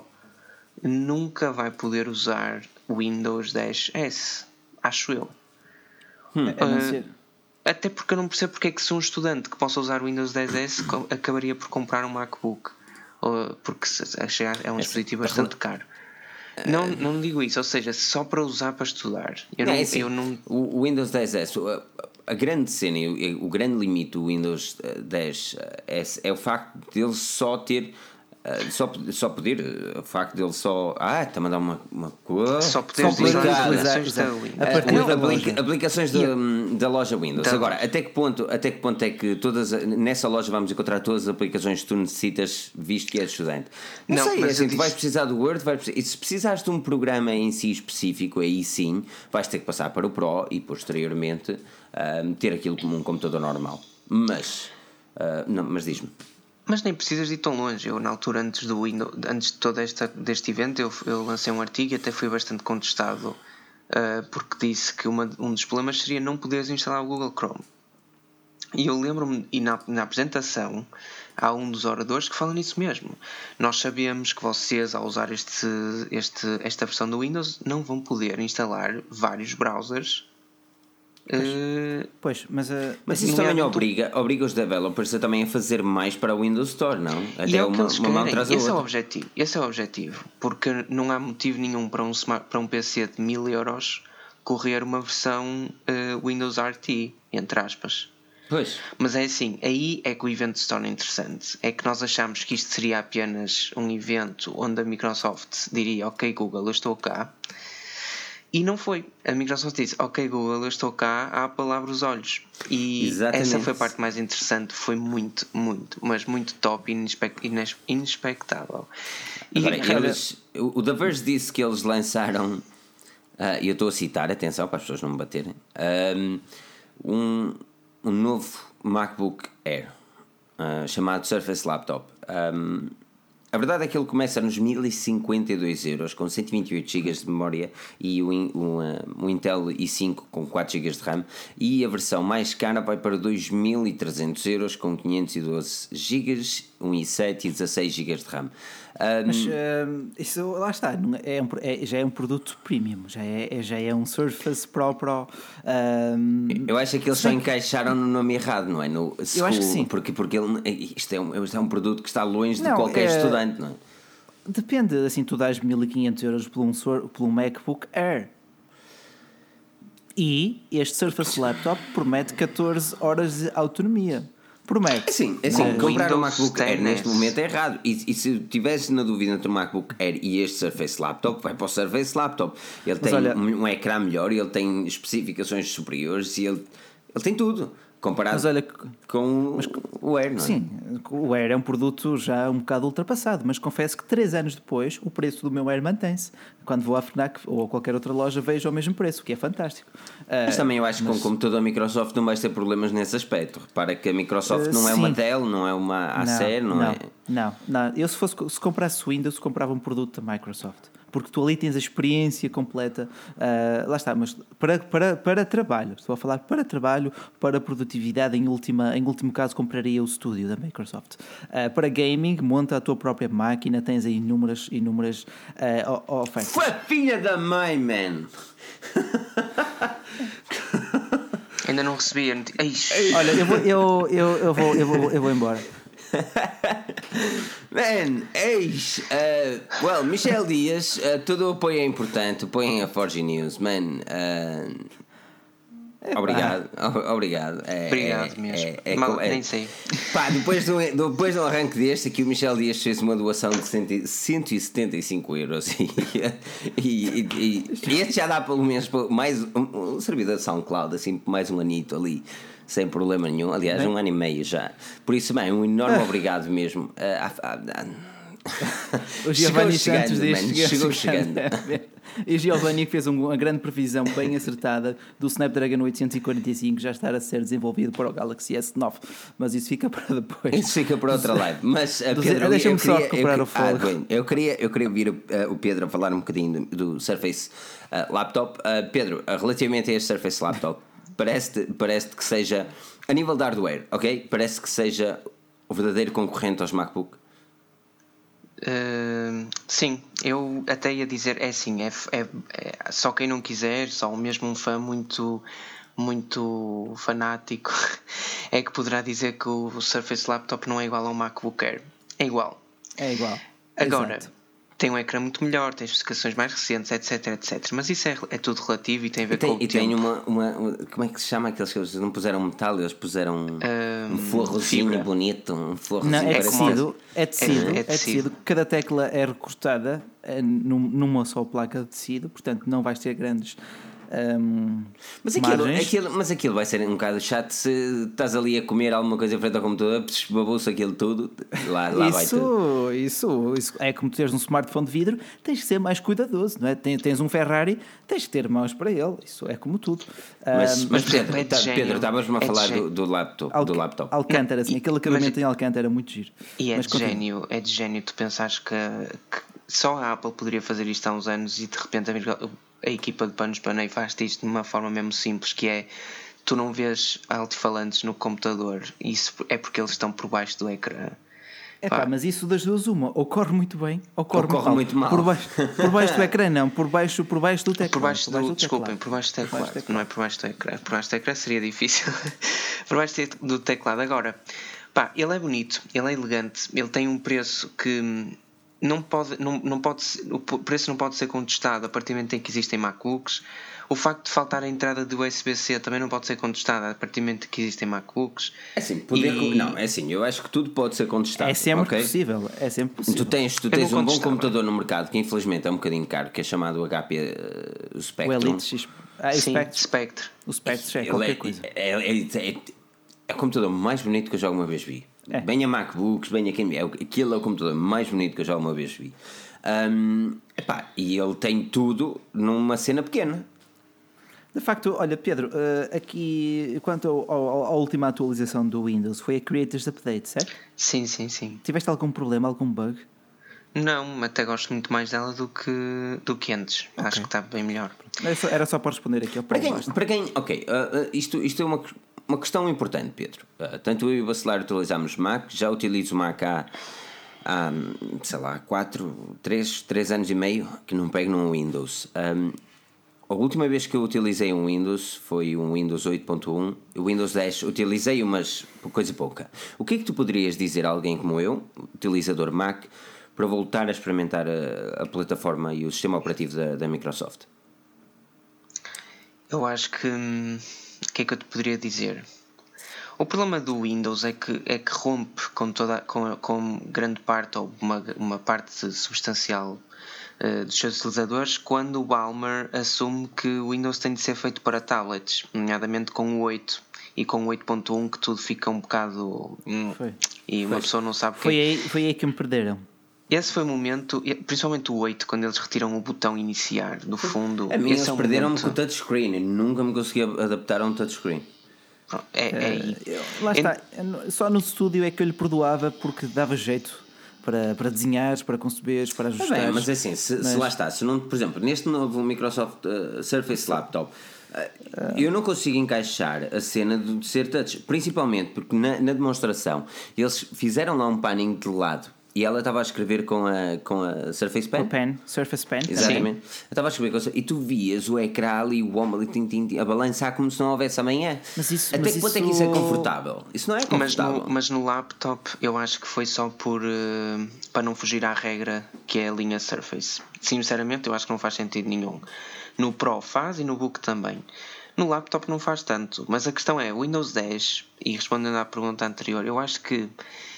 nunca vai poder usar Windows dez S, acho eu. Hum, a não ser... Até porque eu não percebo porque é que se um estudante que possa usar o Windows dez S acabaria por comprar um MacBook, porque é um dispositivo bastante caro. Não, não digo isso, ou seja, só para usar para estudar. Eu não, não, é assim, eu não... O Windows dez S, a, a grande cena, o, o grande limite do Windows dez S é o facto de ele só ter. Uh, só, só poder, uh, o facto dele só. Ah, está a mandar uma, uma coisa. Só poder utilizar aplicações da Windows. Aplicações da, da loja Windows. Da Agora, loja. até que, ponto, até que ponto é que todas, nessa loja vamos encontrar todas as aplicações que tu necessitas, visto que és estudante? Não, não sei, mas assim, tu disse... vais precisar do Word, vais precisar, e se precisares de um programa em si específico, aí sim, vais ter que passar para o Pro e posteriormente uh, ter aquilo como um computador normal. Mas, uh, não, mas diz-me. Mas nem precisas de ir tão longe. Eu, na altura, antes, do Windows, antes de todo esta, deste evento, eu, eu lancei um artigo e até fui bastante contestado, uh, porque disse que uma, um dos problemas seria não poderes instalar o Google Chrome. E eu lembro-me, e na, na apresentação, há um dos oradores que fala nisso mesmo. Nós sabemos que vocês, ao usar este, este, esta versão do Windows, não vão poder instalar vários browsers. Pois, uh, pois mas, uh, mas isso também obriga, obriga os developers a também a fazer mais para o Windows Store, não? Até e é o que uma, eles uma querem. Esse é o objetivo. Esse é o objetivo, porque não há motivo nenhum para um, smart, para um P C de mil euros correr uma versão uh, Windows R T, entre aspas. Pois. Mas é assim, aí é que o evento se torna interessante. É que nós achamos que isto seria apenas um evento onde a Microsoft diria: ok Google, eu estou cá. E não foi. A Microsoft disse: ok Google, eu estou cá, a Apple abre os olhos. E exatamente. Essa foi a parte mais interessante. Foi muito, muito, mas muito top e inexpectável. Agora, e eles, o The Verge disse que eles lançaram, e uh, eu estou a citar, atenção para as pessoas não me baterem, um, um novo MacBook Air uh, chamado Surface Laptop. Um, A verdade é que ele começa nos mil e cinquenta e dois euros com cento e vinte e oito gigas de memória e o, o, o Intel i cinco com quatro gigas de RAM, e a versão mais cara vai para dois mil e trezentos euros com quinhentos e doze gigas, um i sete e dezasseis gigas de RAM. Um, Mas uh, isso lá está, é um, é, já é um produto premium, já é, já é um Surface Pro Pro. Um, eu acho que eles só encaixaram no nome errado, não é? No school, eu acho que sim. Porque, porque ele, isto, é um, isto é um produto que está longe não, de qualquer é, estudante, não é? Depende, assim, tu dás mil e quinhentos euros por um, por um MacBook Air. E este Surface Laptop promete catorze horas de autonomia. Promete. Sim, assim, assim comprar um MacBook Air neste momento é errado. E, e se tivesse na dúvida entre o MacBook Air e este Surface Laptop, vai para o Surface Laptop. Ele Mas tem olha, um, um ecrã melhor, ele tem especificações superiores e ele, ele tem tudo. comparado Mas olha, com mas, o Air, não é? Sim, o Air é um produto já um bocado ultrapassado, mas confesso que três anos depois o preço do meu Air mantém-se. Quando vou à FNAC ou a qualquer outra loja vejo ao mesmo preço, o que é fantástico. Mas uh, também eu acho que mas... com o computador da Microsoft não vais ter problemas nesse aspecto. Repara que a Microsoft uh, não é sim. uma Dell, não é uma Acer, não, não, não é? Não, não. Eu se, fosse, se comprasse Windows, comprava um produto da Microsoft. Porque tu ali tens a experiência completa, uh, lá está, mas para, para, para trabalho, estou a falar para trabalho, para produtividade, em, última, em último caso compraria o estúdio da Microsoft. Uh, para gaming, monta a tua própria máquina, tens aí inúmeras, inúmeras uh, ofertas. Foi a filha da mãe, man! Ainda não recebi. Olha, eu vou, eu, eu, eu, vou, eu, vou, eu vou embora. Man, eis, uh, well, Michel Dias, uh, todo o apoio é importante, apoiem a Forge News, man. Uh, obrigado, obrigado. É, obrigado é, mesmo. É, é, Mal, é, nem sei. Pá, depois do, depois do arranque deste, aqui o Michel Dias fez uma doação de cento e setenta e cinco euros e, e, e, e este já dá pelo menos mais um, um servidor de SoundCloud, assim, mais um anito ali. Sem problema nenhum, aliás, bem, um ano e meio já. Por isso, bem, um enorme obrigado mesmo. O Giovanni chegou Santos chegando, deste man, chegou chegando. E o Giovanni fez uma grande previsão bem acertada do Snapdragon oitocentos e quarenta e cinco já estar a ser desenvolvido para o Galaxy S nove, mas isso fica para depois. Isso fica para outra live. Mas uh, Pedro, deixa-me só recuperar eu, o fogo. Ah, bem, eu queria, eu queria ouvir uh, o Pedro a falar um bocadinho do, do Surface uh, Laptop. Uh, Pedro, uh, relativamente a este Surface Laptop, parece-te, parece-te que seja, a nível de hardware, ok? Parece que seja o verdadeiro concorrente aos MacBook? Uh, sim, eu até ia dizer, é assim, é, é, é só quem não quiser, só mesmo um fã muito, muito fanático é que poderá dizer que o Surface Laptop não é igual ao MacBook Air. É igual. É igual. Agora, exato. Tem um ecrã muito melhor, tem especificações mais recentes, etc, etc. Mas isso é, é tudo relativo e tem a ver e tem, com o e tempo. tem uma, uma, uma... Como é que se chama aqueles que eles não puseram metal? Eles puseram um, um forrozinho fibra. bonito. Um forrozinho. Não, é parece tecido, é tecido, é, é é tecido. tecido. Cada tecla é recortada é, numa só placa de tecido, portanto não vais ter grandes um, mas, aquilo, margens. aquilo, mas aquilo vai ser um bocado chato se estás ali a comer alguma coisa em frente ao computador, babou-se aquilo tudo, lá, lá vai tudo. Isso, isso é como teres um smartphone de vidro, tens que ser mais cuidadoso, não é? Tens um Ferrari, tens que ter mãos para ele, isso é como tudo. Mas, um, mas Pedro, é de tá, gênio, Pedro estavas-me a é falar de do, do laptop, Al- do laptop. Alcântara, assim, Não, e- aquele acabamento mas- em Alcântara é muito giro. E é Mas de continua. gênio, é de gênio tu pensares que, que só a Apple poderia fazer isto há uns anos e de repente a, a equipa de panos panei faz isto de uma forma mesmo simples, que é tu não vês altifalantes no computador, isso é porque eles estão por baixo do ecrã. É pá, mas isso das duas uma, ou corre muito bem ou corre, Ou corre muito mal. Por baixo, por baixo do ecrã não, por baixo, por baixo do teclado. Por baixo do, teclado. desculpem, por baixo do teclado, baixo do teclado. não é por baixo do ecrã. Por baixo do ecrã seria difícil. Por baixo do teclado. Agora, pá, ele é bonito, ele é elegante, ele tem um preço que não pode, não, não pode, o preço não pode ser contestado a partir do momento em que existem MacBooks. O facto de faltar a entrada do U S B C também não pode ser contestado a partir do momento que existem MacBooks. É assim, poder, E- não, é assim, eu acho que tudo pode ser contestado. É sempre ok? possível, é sempre possível. Tu tens, tu Eu tens vou um bom contestar, computador no mercado que infelizmente é um bocadinho caro, que é chamado o H P uh, O Spectrum. Elite X, ah, Sim, Spectre. Spectre. O Spectre já é Ele qualquer é, coisa. É, é, é, é o computador mais bonito que eu já alguma vez vi. É. Bem a MacBooks, bem a quem é, aquele é o computador mais bonito que eu já alguma vez vi. Um, epá, e ele tem tudo numa cena pequena. De facto, olha Pedro, eh, aqui quanto ao, ao, à última atualização do Windows, foi a Creators Update, certo? Sim, sim, sim. Tiveste algum problema, algum bug? Não, até gosto muito mais dela do que, do que antes. Acho que está bem melhor. Era só, era só para responder aqui ao Para Paulo quem, Bastos. para quem ok, uh, uh, isto, isto é uma, uma questão importante, Pedro. Uh, tanto eu e o Bacelar utilizamos Mac, já utilizo Mac há, há sei lá, quatro, três anos e meio que não pego num Windows. Um, a última vez que eu utilizei um Windows foi um Windows oito ponto um. O Windows dez utilizei, mas coisa pouca. O que é que tu poderias dizer a alguém como eu, utilizador Mac, para voltar a experimentar a, a plataforma e o sistema operativo da, da Microsoft? Eu acho que. hum, O que é que eu te poderia dizer? O problema do Windows é que, é que rompe com, toda, com, com grande parte ou uma, uma parte substancial uh, dos seus utilizadores quando o Ballmer assume que o Windows tem de ser feito para tablets, nomeadamente com o oito e com o oito ponto um, que tudo fica um bocado hum, e uma foi. pessoa não sabe foi que... aí Foi aí que me perderam. Esse foi o momento, principalmente o oito, quando eles retiram o botão iniciar do fundo. A mim eles é um perderam-me momento... com o touchscreen. Eu nunca me consegui adaptar a um touchscreen. É, é aí. Uh, lá está. É... Só no estúdio é que eu lhe perdoava porque dava jeito para, para desenhar, para conceber, para ajustar. É bem, mas assim, se, mas... se lá está, se não, por exemplo, neste novo Microsoft uh, Surface Laptop, uh, eu não consigo encaixar a cena de ser touch, principalmente porque na, na demonstração eles fizeram lá um paninho de lado. E ela estava a escrever com a, com a Surface Pen. O pen, Surface Pen. Exatamente. Eu estava a escrever com a, e tu vias o ecrã ali, o ombro ali, tim, tim, tim, a balançar como se não houvesse amanhã. Mas isso, Até mas que ponto isso... é que isso é confortável? Isso não é confortável. Mas no, mas no laptop eu acho que foi só por uh, para não fugir à regra que é a linha Surface. Sinceramente, eu acho que não faz sentido nenhum. No Pro faz e no Book também. No laptop não faz tanto. Mas a questão é, o Windows dez, e respondendo à pergunta anterior, eu acho que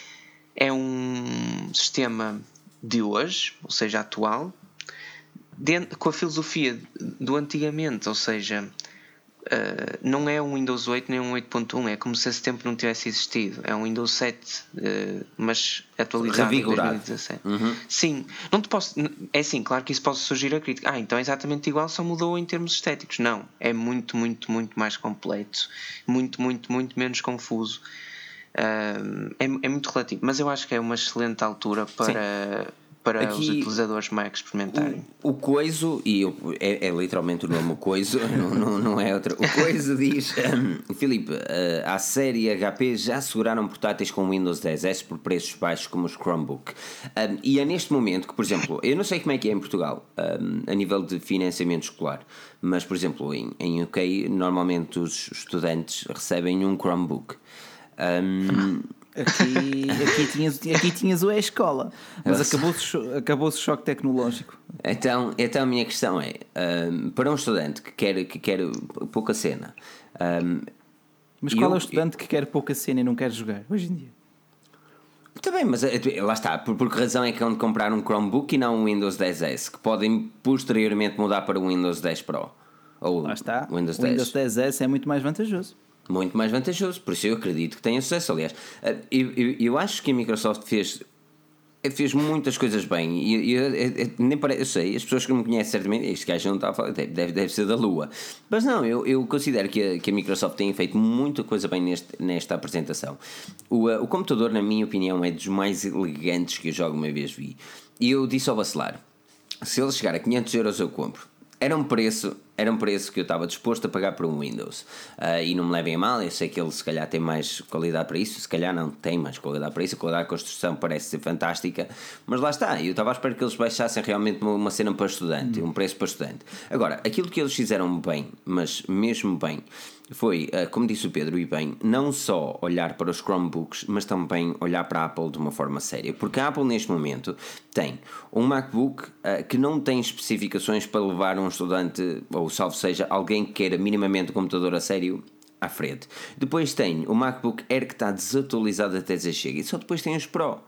é um sistema de hoje, ou seja, atual, dentro, com a filosofia do antigamente, ou seja, uh, não é um Windows oito nem um oito ponto um, é como se esse tempo não tivesse existido, é um Windows sete, uh, mas atualizado em dois mil e dezassete. Uhum. Sim, não te posso, é assim, claro que isso pode surgir a crítica, ah, então é exatamente igual, só mudou em termos estéticos. Não, é muito, muito, muito mais completo, muito, muito, muito menos confuso. Uh, é, é muito relativo, mas eu acho que é uma excelente altura para, para Aqui, os utilizadores Mac experimentarem. O, o Coiso, e eu, é, é literalmente o nome o Coiso, não, não, não é outro. O Coiso diz: um, Filipe, uh, a série H P já seguraram portáteis com Windows dez S por preços baixos como os Chromebook. Um, e é neste momento que, por exemplo, eu não sei como é que é em Portugal, um, a nível de financiamento escolar, mas, por exemplo, em, em U K, normalmente os estudantes recebem um Chromebook. Um... Aqui, aqui, tinhas, aqui tinhas o E-Escola, mas acabou-se, acabou-se o choque tecnológico. Então, então a minha questão é, um, para um estudante que quer, que quer pouca cena, um, mas qual eu, é o estudante eu, que quer pouca cena e não quer jogar hoje em dia? Está bem, mas lá está, por, por que razão é que vão comprar um Chromebook e não um Windows dez S, que podem posteriormente mudar para o Windows dez Pro? Ou lá está, Windows o Windows dez S é muito mais vantajoso. Muito mais vantajoso, por isso eu acredito que tenha sucesso. Aliás, eu, eu, eu acho que a Microsoft fez, fez muitas coisas bem. E eu, eu, eu, nem parece, eu sei, as pessoas que não me conhecem certamente, este gajo não está a falar, deve, deve ser da Lua. Mas não, eu, eu considero que a, que a Microsoft tem feito muita coisa bem neste, nesta apresentação. O, o computador, na minha opinião, é dos mais elegantes que eu já alguma vez vi. E eu disse ao Bacelar: se ele chegar a quinhentos euros, eu compro. Era um preço, era um preço que eu estava disposto a pagar por um Windows. Uh, e não me levem a mal, eu sei que ele se calhar tem mais qualidade para isso, se calhar não tem mais qualidade para isso, a qualidade de construção parece ser fantástica, mas lá está, eu estava à espera que eles baixassem realmente uma cena para estudante, um preço para estudante. Agora, aquilo que eles fizeram bem, mas mesmo bem, foi, como disse o Pedro, e bem, não só olhar para os Chromebooks, mas também olhar para a Apple de uma forma séria, porque a Apple neste momento tem um MacBook uh, que não tem especificações para levar um estudante, ou salvo seja, alguém que queira minimamente o computador a sério, à frente. Depois tem o MacBook Air que está desatualizado até dizer chega, e só depois tem os Pro.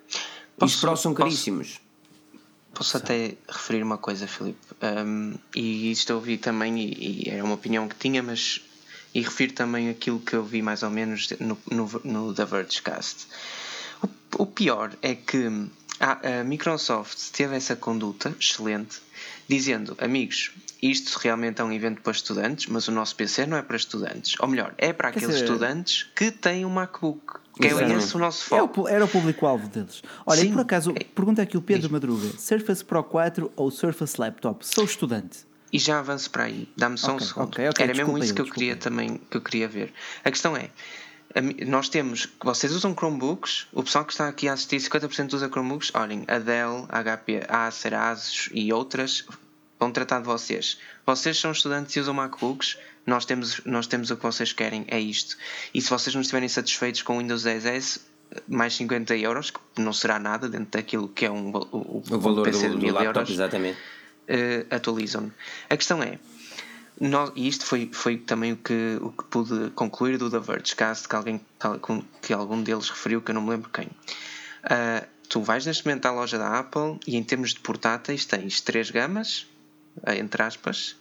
E os Pro são caríssimos. Posso, posso até referir uma coisa, Filipe, um, e isto eu ouvi também, e, e era uma opinião que tinha, mas e refiro também aquilo que eu vi mais ou menos no, no, no The Vergecast. O, o pior é que a, a Microsoft teve essa conduta excelente, dizendo: amigos, isto realmente é um evento para estudantes, mas o nosso P C não é para estudantes. Ou melhor, é para aqueles dizer, estudantes que têm um MacBook. Que é esse o nosso foco. Era o público-alvo deles. Olha, Sim, e por acaso, é... pergunta aqui o Pedro é... Madruga: Surface Pro quatro ou Surface Laptop? Sou estudante. E já avanço para aí, dá-me só okay, um segundo. Okay, okay, Era mesmo isso que eu queria também que eu queria ver. A questão é, nós temos, vocês usam Chromebooks, o pessoal que está aqui a assistir, cinquenta por cento usa Chromebooks. Olhem, a Dell, a H P, a Acer, a Asus e outras vão tratar de vocês. Vocês são estudantes e usam MacBooks, nós temos, nós temos o que vocês querem, é isto. E se vocês não estiverem satisfeitos com o Windows dez S, mais cinquenta euros, que não será nada dentro daquilo que é um, o, o, o valor P C do, de mil do laptop, euros. Exatamente. Uh, atualizam-me. A questão é, nós, e isto foi, foi também o que, o que pude concluir do The Vergecast, que, alguém, que algum deles referiu, que eu não me lembro quem. Uh, tu vais neste momento à loja da Apple e em termos de portáteis tens três gamas, entre aspas,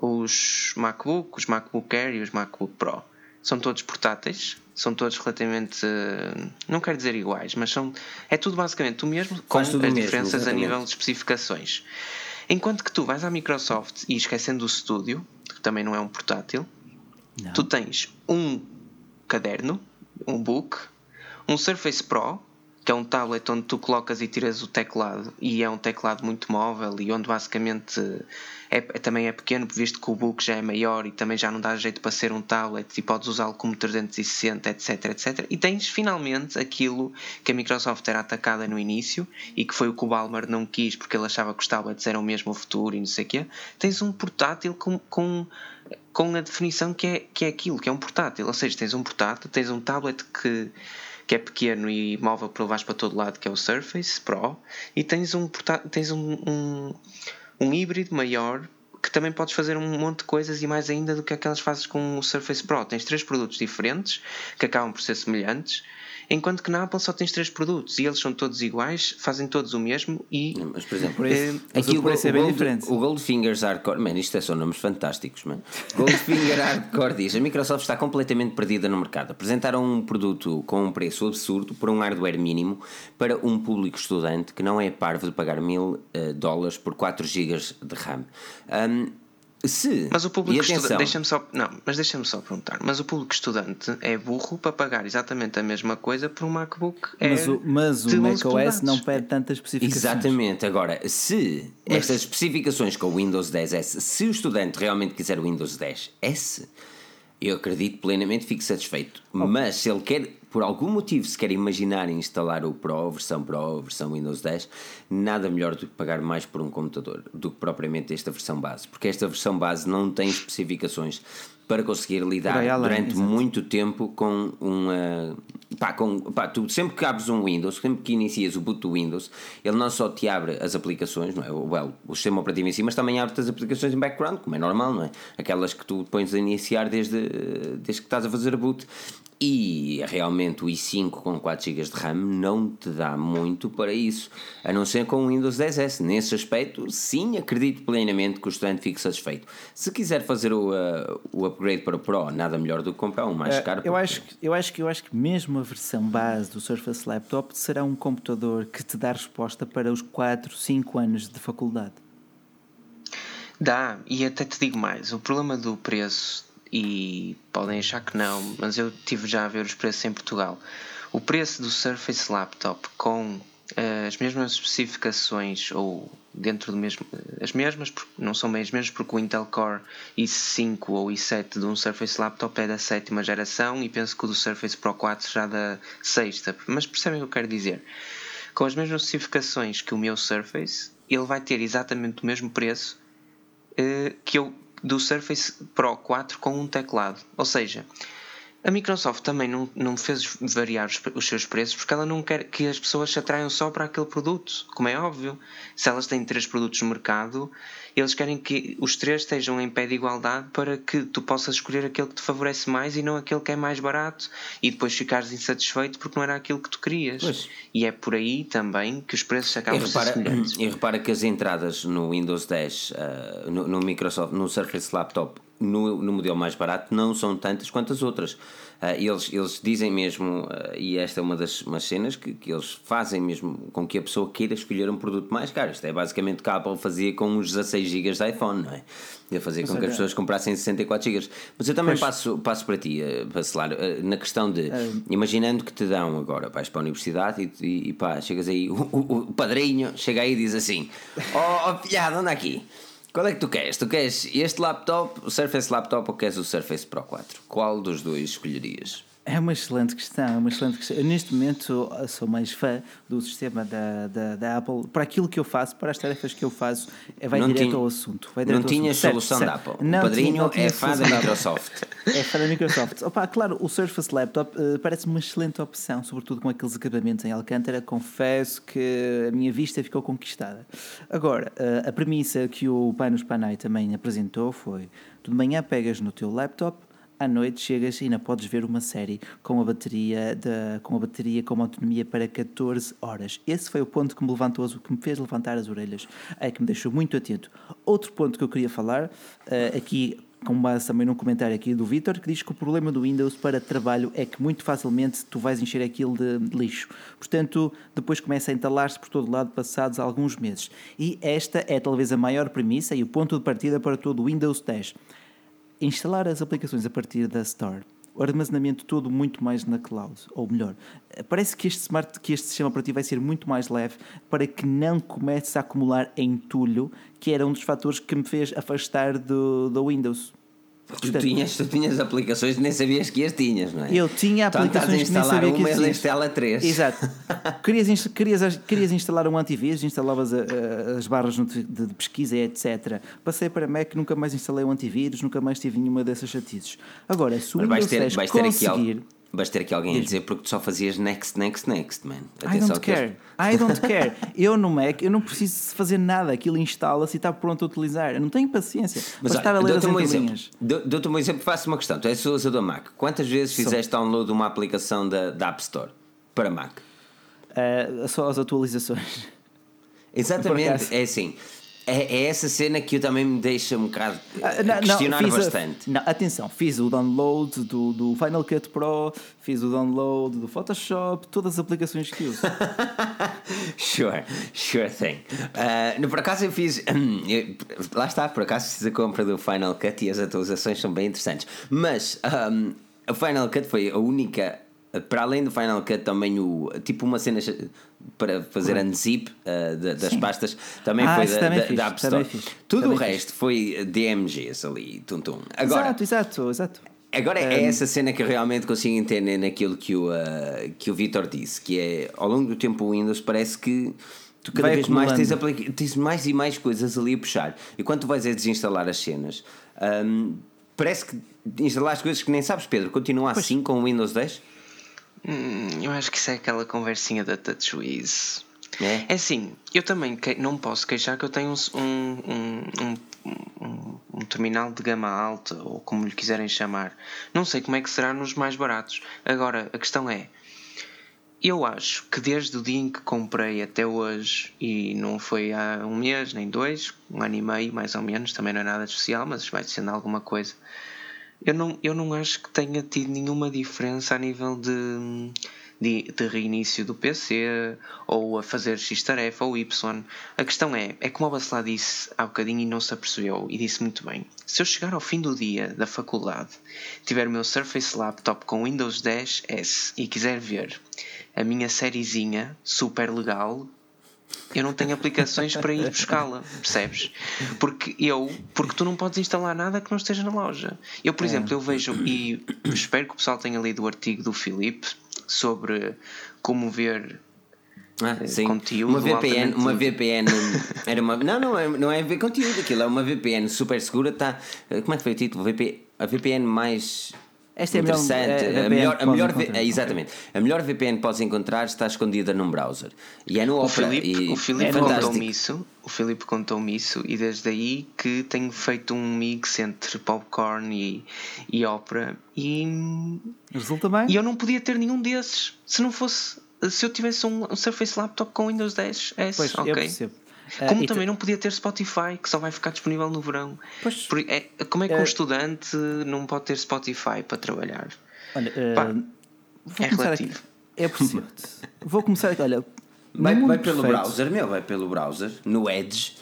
os MacBook, os MacBook Air e os MacBook Pro. São todos portáteis, são todos relativamente, não quero dizer iguais, mas são, é tudo basicamente o mesmo, com as mesmo, diferenças exatamente. a nível de especificações. Enquanto que tu vais à Microsoft e esquecendo o Studio, que também não é um portátil, Não. tu tens um caderno, um book, um Surface Pro, que é um tablet onde tu colocas e tiras o teclado, e é um teclado muito móvel e onde basicamente é, também é pequeno, visto que o book já é maior e também já não dá jeito para ser um tablet e podes usá-lo como trezentos e sessenta, etc, etc. E tens finalmente aquilo que a Microsoft era atacada no início e que foi o que o Ballmer não quis porque ele achava que os tablets eram mesmo o futuro e não sei o quê. Tens um portátil com... com com a definição que é, que é aquilo, que é um portátil. Ou seja, tens um portátil, tens um tablet que, que é pequeno e móvel para levares para todo lado, que é o Surface Pro, e tens um, portátil, tens um, um, um híbrido maior que também podes fazer um monte de coisas e mais ainda do que aquelas fazes com o Surface Pro. Tens três produtos diferentes que acabam por ser semelhantes, enquanto que na Apple só tens três produtos e eles são todos iguais, fazem todos o mesmo e... Mas, por exemplo, Por isso, eh, aqui o o, preço é o, bem Gold, diferente. o Goldfinger's Hardcore, man, isto é só nomes fantásticos, man. Goldfinger Hardcore diz: a Microsoft está completamente perdida no mercado. Apresentaram um produto com um preço absurdo por um hardware mínimo para um público estudante que não é parvo de pagar mil uh, dólares por quatro gigas de RAM. Um, Se, mas o público e estudante, atenção, deixa-me só, não, mas deixa-me só perguntar, mas o público estudante é burro para pagar exatamente a mesma coisa por um MacBook Air Mas o, mas de o onze macOS polegadas. não pede tantas especificações. exatamente. Agora, se Mas- estas especificações com o Windows dez S, se o estudante realmente quiser o Windows dez S, eu acredito plenamente, fico satisfeito. Mas se ele quer, por algum motivo, se quer imaginar instalar o Pro, versão Pro, versão Windows dez, nada melhor do que pagar mais por um computador do que propriamente esta versão base, porque esta versão base não tem especificações para conseguir lidar Por aí além, durante exato. muito tempo com uma... Pá, com, pá, tu sempre que abres um Windows, sempre que inicias o boot do Windows, ele não só te abre as aplicações, não é? Well, o sistema operativo em si, mas também abre-te as aplicações em background, como é normal, não é? Aquelas que tu pões a iniciar desde, desde que estás a fazer a boot. E realmente o i cinco com quatro gigas de RAM não te dá muito para isso, a não ser com o Windows dez S. Nesse aspecto, sim, acredito plenamente que o estudante fique satisfeito. Se quiser fazer o, uh, o upgrade para o Pro, nada melhor do que comprar um mais Eh, caro. eu, porque- acho que, eu, acho que, eu acho que mesmo a versão base do Surface Laptop será um computador que te dá resposta para os quatro, cinco anos de faculdade. Dá, e até te digo mais, o problema do preço, e podem achar que não, mas eu tive já a ver os preços em Portugal. O preço do Surface Laptop com uh, as mesmas especificações, ou dentro do mesmo, as mesmas, porque não são bem as mesmas, porque o Intel Core i cinco ou i sete de um Surface Laptop é da sétima geração e penso que o do Surface Pro quatro já da sexta, mas percebem o que eu quero dizer? Com as mesmas especificações que o meu Surface, ele vai ter exatamente o mesmo preço uh, que eu do Surface Pro quatro com um teclado. Ou seja, a Microsoft também não, não fez variar os, os seus preços porque ela não quer que as pessoas se atraiam só para aquele produto, como é óbvio. Se elas têm três produtos no mercado, eles querem que os três estejam em pé de igualdade para que tu possas escolher aquele que te favorece mais e não aquele que é mais barato e depois ficares insatisfeito porque não era aquilo que tu querias. Pois. E é por aí também que os preços E acabam por ser repara, semelhantes. e repara que as entradas no Windows dez, uh, no, no Microsoft, no Surface Laptop, no, no modelo mais barato, não são tantas quanto as outras. Uh, eles, eles dizem mesmo, uh, e esta é uma das umas cenas que, que eles fazem mesmo com que a pessoa queira escolher um produto mais caro. Isto é basicamente o que a Apple fazia com os dezasseis gigas de iPhone, não é? Ia fazer com que as pessoas comprassem sessenta e quatro gigas. Mas eu também passo, passo para ti, uh, Bacelar, uh, na questão de, imaginando que te dão agora, vais para a universidade e, e, e pá, chegas aí, o, o, o padrinho chega aí e diz assim: ó oh, filhado, anda aqui. Qual é que tu queres? Tu queres este laptop, o Surface Laptop, ou queres o Surface Pro quatro? Qual dos dois escolherias? É uma excelente questão, é uma excelente questão. Eu, neste momento sou, sou mais fã do sistema da, da, da Apple. Para aquilo que eu faço, para as tarefas que eu faço, é, vai Não direto tinha- ao assunto. Vai Não direto ao tinhas assunto. solução Certo, da certo. Apple. Não O padrinho tinha- não tinha é fã da solução da Apple. Microsoft. É fã da Microsoft. Opa, claro, o Surface Laptop uh, parece-me uma excelente opção, sobretudo com aqueles acabamentos em Alcântara. Confesso que a minha vista ficou conquistada. Agora, uh, a premissa que o Panos Panay também apresentou foi: tu de manhã pegas no teu laptop, à noite chegas e ainda podes ver uma série com a bateria, de, com a bateria com uma autonomia para catorze horas. Esse foi o ponto que me levantou, que me fez levantar as orelhas, é, que me deixou muito atento. Outro ponto que eu queria falar, uh, aqui com base também num comentário aqui do Vítor, que diz que o problema do Windows para trabalho é que muito facilmente tu vais encher aquilo de lixo. Portanto, depois começa a entalar-se por todo lado passados alguns meses. E esta é talvez a maior premissa e o ponto de partida para todo o Windows dez. Instalar as aplicações a partir da Store, o armazenamento todo muito mais na cloud, ou melhor, parece que este, smart, que este sistema operativo vai ser muito mais leve para que não comece a acumular entulho, que era um dos fatores que me fez afastar do, do Windows. Tu tinhas, tu tinhas aplicações que nem sabias que as tinhas, não é? Eu tinha aplicações então, que nem sabia que uma, existiam. instala três. Exato. querias, querias, querias instalar um antivírus, instalavas a, a, as barras de, de pesquisa, etcétera. Passei para Mac, nunca mais instalei um antivírus, nunca mais tive nenhuma dessas chatices. Agora, se o Windows dez conseguir... Vais ter aqui alguém a dizer porque tu só fazias next, next, next, man. I don't care. I don't care. Eu no Mac, eu não preciso fazer nada. Aquilo instala-se e está pronto a utilizar. Eu não tenho paciência. Mas bastava ler as entrelinhas. Dou-te um exemplo. Faço uma questão. Tu és usador Mac. Quantas vezes fizeste Sou. download de uma aplicação da, da App Store para Mac? Uh, só as atualizações. Exatamente. É assim... É, é essa cena que eu também me deixa um bocado uh, não, questionar não, bastante. A, não, atenção, fiz o download do, do Final Cut Pro, fiz o download do Photoshop, todas as aplicações que uso. Sure, sure thing. Uh, no, por acaso eu fiz. Um, eu, lá está, por acaso fiz a compra do Final Cut e as atualizações são bem interessantes. Mas um, o Final Cut foi a única. Para além do Final Cut, também o tipo uma cena para fazer unzip uh, das Sim. pastas também ah, foi da, também da, fiz, da App Store. Tudo também o resto fiz. foi D M Gs ali, tum tum. Agora, exato, exato, exato. Agora um, é essa cena que eu realmente consigo entender naquilo que o, uh, que o Vítor disse, que é ao longo do tempo o Windows parece que tu cada vez mais tens, aplica- tens mais e mais coisas ali a puxar. E quando tu vais a desinstalar as cenas, um, parece que instalar as coisas que nem sabes, Pedro. Continua pois. assim com o Windows dez? Hum, eu acho que isso é aquela conversinha da TouchWiz. É? É assim, eu também que, não posso queixar que eu tenho um, um, um, um, um terminal de gama alta, ou como lhe quiserem chamar. Não sei como é que será nos mais baratos. Agora, a questão é, eu acho que desde o dia em que comprei até hoje, e não foi há um mês, nem dois, um ano e meio mais ou menos, também não é nada especial, mas vai sendo alguma coisa. Eu não, eu não acho que tenha tido nenhuma diferença a nível de, de, de reinício do P C ou a fazer X tarefa ou Y. A questão é, é como a Bacelar disse há bocadinho e não se apercebeu e disse muito bem. Se eu chegar ao fim do dia da faculdade, tiver o meu Surface Laptop com Windows dez S e quiser ver a minha sériezinha super legal, eu não tenho aplicações para ir buscá-la, percebes? Porque eu, porque tu não podes instalar nada que não esteja na loja. Eu, por é. exemplo, eu vejo, e espero que o pessoal tenha lido o artigo do Filipe sobre como ver ah, eh, sim. conteúdo. Uma V P N, uma V P N era uma, não, não é, não é ver conteúdo, aquilo é uma V P N super segura, tá, como é que foi o título? V P, a V P N mais Esta é interessante, a melhor, a melhor, a melhor v, exatamente, a melhor V P N que podes encontrar está escondida num browser e é no o Opera. Filipe, E o Filipe é contou-me isso, o Filipe contou-me isso e desde aí que tenho feito um mix entre Popcorn e, e Opera e resulta bem. E eu não podia ter nenhum desses se não fosse, se eu tivesse um, um Surface Laptop com Windows dez S, pois, ok. Eu percebo. Como uh, também te... não podia ter Spotify, que só vai ficar disponível no verão. Pois, Por, é, como é que uh, um estudante não pode ter Spotify para trabalhar? Olha, uh, Pá, vou é começar relativo. aqui. É possível. Vou começar aqui. Olha, vai, vai pelo perfeito, browser, meu, vai pelo browser, no Edge.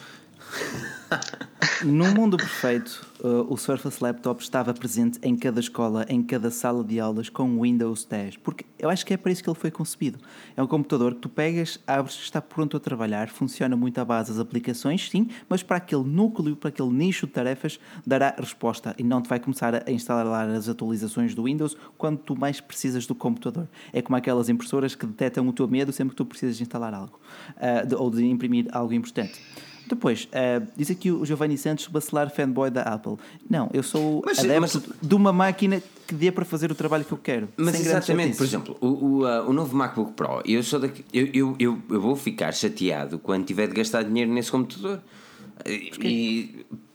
Num mundo perfeito, uh, o Surface Laptop estava presente em cada escola, em cada sala de aulas com Windows dez, porque eu acho que é para isso que ele foi concebido. É um computador que tu pegas, abres, está pronto a trabalhar, funciona muito à base das aplicações, sim, mas para aquele núcleo, para aquele nicho de tarefas, dará resposta e não te vai começar a instalar as atualizações do Windows quando tu mais precisas do computador. É como aquelas impressoras que detectam o teu medo sempre que tu precisas de instalar algo, uh, de, ou de imprimir algo importante. Depois, uh, diz aqui o Giovanni Santos, bacelar fanboy da Apple. Não, eu sou mas, adepto mas, de uma máquina que dê para fazer o trabalho que eu quero. Mas exatamente, por exemplo, o, o, uh, o novo MacBook Pro, eu, sou daqui, eu, eu, eu, eu vou ficar chateado quando tiver de gastar dinheiro nesse computador. E,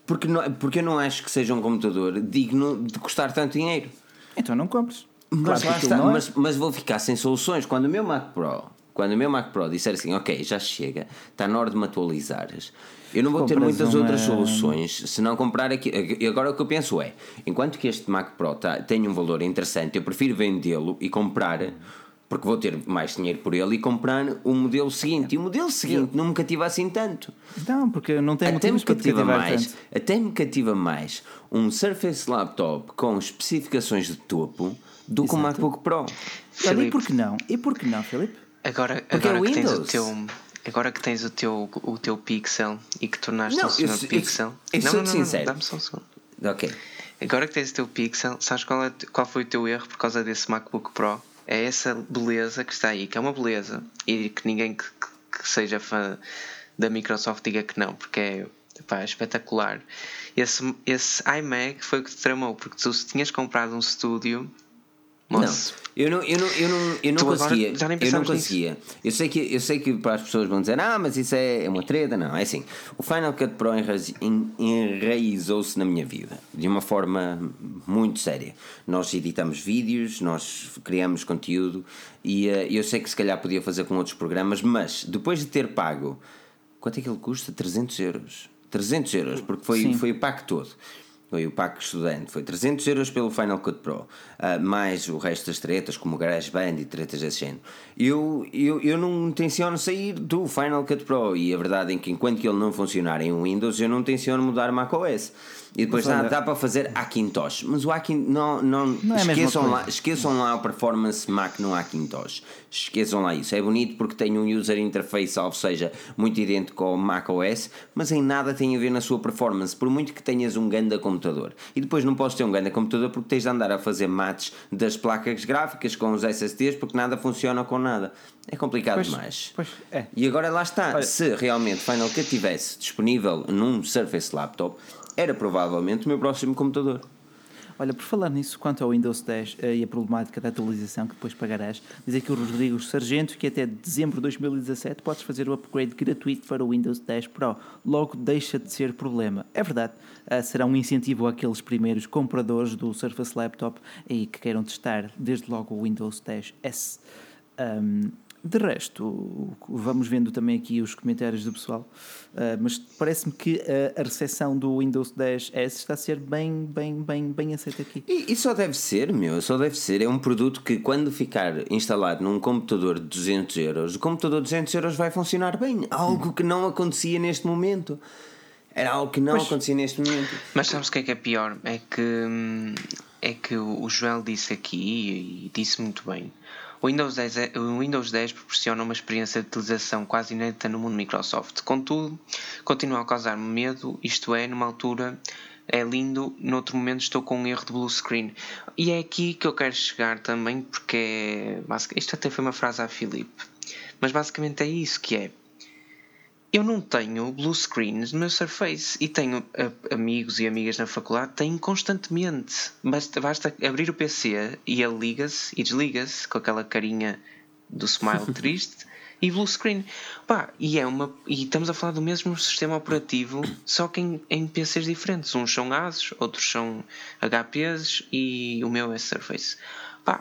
porque, não, porque eu não acho que seja um computador digno de custar tanto dinheiro. Então não compres. Mas, Claro lá que está, aquilo não é. mas, mas vou ficar sem soluções. Quando o meu Mac Pro, quando o meu Mac Pro disser assim, ok, já chega, está na hora de me atualizares, eu não vou ter Compras muitas uma- outras soluções se não comprar aqui. E agora o que eu penso é, enquanto que este Mac Pro tá, tem um valor interessante, eu prefiro vendê-lo e comprar, porque vou ter mais dinheiro por ele, e comprar o modelo seguinte. E o modelo seguinte não me cativa assim tanto. Não, porque não tem Até me motivos para te cativa cativar mais, tanto. até me cativa mais um Surface Laptop com especificações de topo do que um Exato. MacBook Pro. Olha, e Filipe, por que não? E por que não, Filipe? agora, Porque é agora que tens o Windows. teu. Agora que tens o teu, o teu Pixel e que tornaste Não, um senhor eu- eu- Pixel. eu não, sou não, não, sincero. não, dá-me só um segundo. Ok. Agora que tens o teu Pixel, sabes qual, é, qual foi o teu erro por causa desse MacBook Pro? É essa beleza que está aí, que é uma beleza, e que ninguém que, que- que seja fã da Microsoft diga que não, porque é, pá, é espetacular. Esse, esse iMac foi o que te tramou, porque tu se tinhas comprado um estúdio, moço, Não, eu não, eu não, eu não, eu não Tu agora conseguia. já nem Eu não pensavas nisso. conseguia. Eu sei, que, eu sei que para as pessoas vão dizer, ah, mas isso é uma treta. Não, é assim. O Final Cut Pro enraiz- en- enraizou-se na minha vida de uma forma muito séria. Nós editamos vídeos, nós criamos conteúdo e eh, eu sei que se calhar podia fazer com outros programas, mas depois de ter pago, quanto é que ele custa? trezentos euros. trezentos euros, porque foi, Sim. foi o pack todo. Foi o pack estudante, foi trezentos euros pelo Final Cut Pro, uh, mais o resto das tretas, como o GarageBand e tretas desse género. Eu, eu, eu não tenciono sair do Final Cut Pro, e a verdade é que enquanto que ele não funcionar em Windows, eu não tenciono mudar macOS. E depois Mas dá, olha- dá para fazer Hackintosh, mas o Hackintosh não, não, Não é a mesma esqueçam, coisa. lá, esqueçam lá o Performance Mac no Hackintosh. Esqueçam lá isso. É bonito porque tem um user interface, ou seja, muito idêntico ao macOS, mas em nada tem a ver na sua performance, por muito que tenhas um ganda computador. E depois não podes ter um ganda computador porque tens de andar a fazer matches das placas gráficas com os S S Ds, porque nada funciona com nada. É complicado Pois, demais. pois é. E agora lá está, Olha- se realmente Final Cut estivesse disponível num Surface Laptop, era provavelmente o meu próximo computador. Olha, por falar nisso, quanto ao Windows dez eh, e a problemática da atualização que depois pagarás, diz aqui o Rodrigo Sargento que até dezembro de dois mil e dezassete podes fazer o upgrade gratuito para o Windows dez Pro. Logo deixa de ser problema. É verdade, eh, será um incentivo àqueles primeiros compradores do Surface Laptop e que queiram testar desde logo o Windows dez S. Um, de resto, vamos vendo também aqui os comentários do pessoal, uh, mas parece-me que a, a recepção do Windows dez S está a ser bem, bem, bem, bem aceita aqui. E, e só deve ser, meu, só deve ser. É um produto que, quando ficar instalado num computador de duzentos euros, o computador de duzentos euros vai funcionar bem. Algo que não acontecia neste momento. Era algo que não Pois. acontecia neste momento. Mas sabes o que é que é pior? É que, hum, é que o o Joel disse aqui e disse muito bem. O Windows dez, é- o Windows dez proporciona uma experiência de utilização quase inédita no mundo Microsoft. Contudo, continua a causar-me medo, isto é, numa altura é lindo, noutro momento estou com um erro de blue screen. E é aqui que eu quero chegar também, porque é, basic- isto até foi uma frase à Filipe, mas basicamente é isso que é. Eu não tenho blue screens no meu Surface e tenho a, amigos e amigas na faculdade, têm constantemente. Basta, basta abrir o P C e ele liga-se e desliga-se com aquela carinha do smile triste e blue screen. Pá, e, é uma, e estamos a falar do mesmo sistema operativo, só que em, em P Cs diferentes. Uns são Asus, outros são H Ps e o meu é Surface. Pá,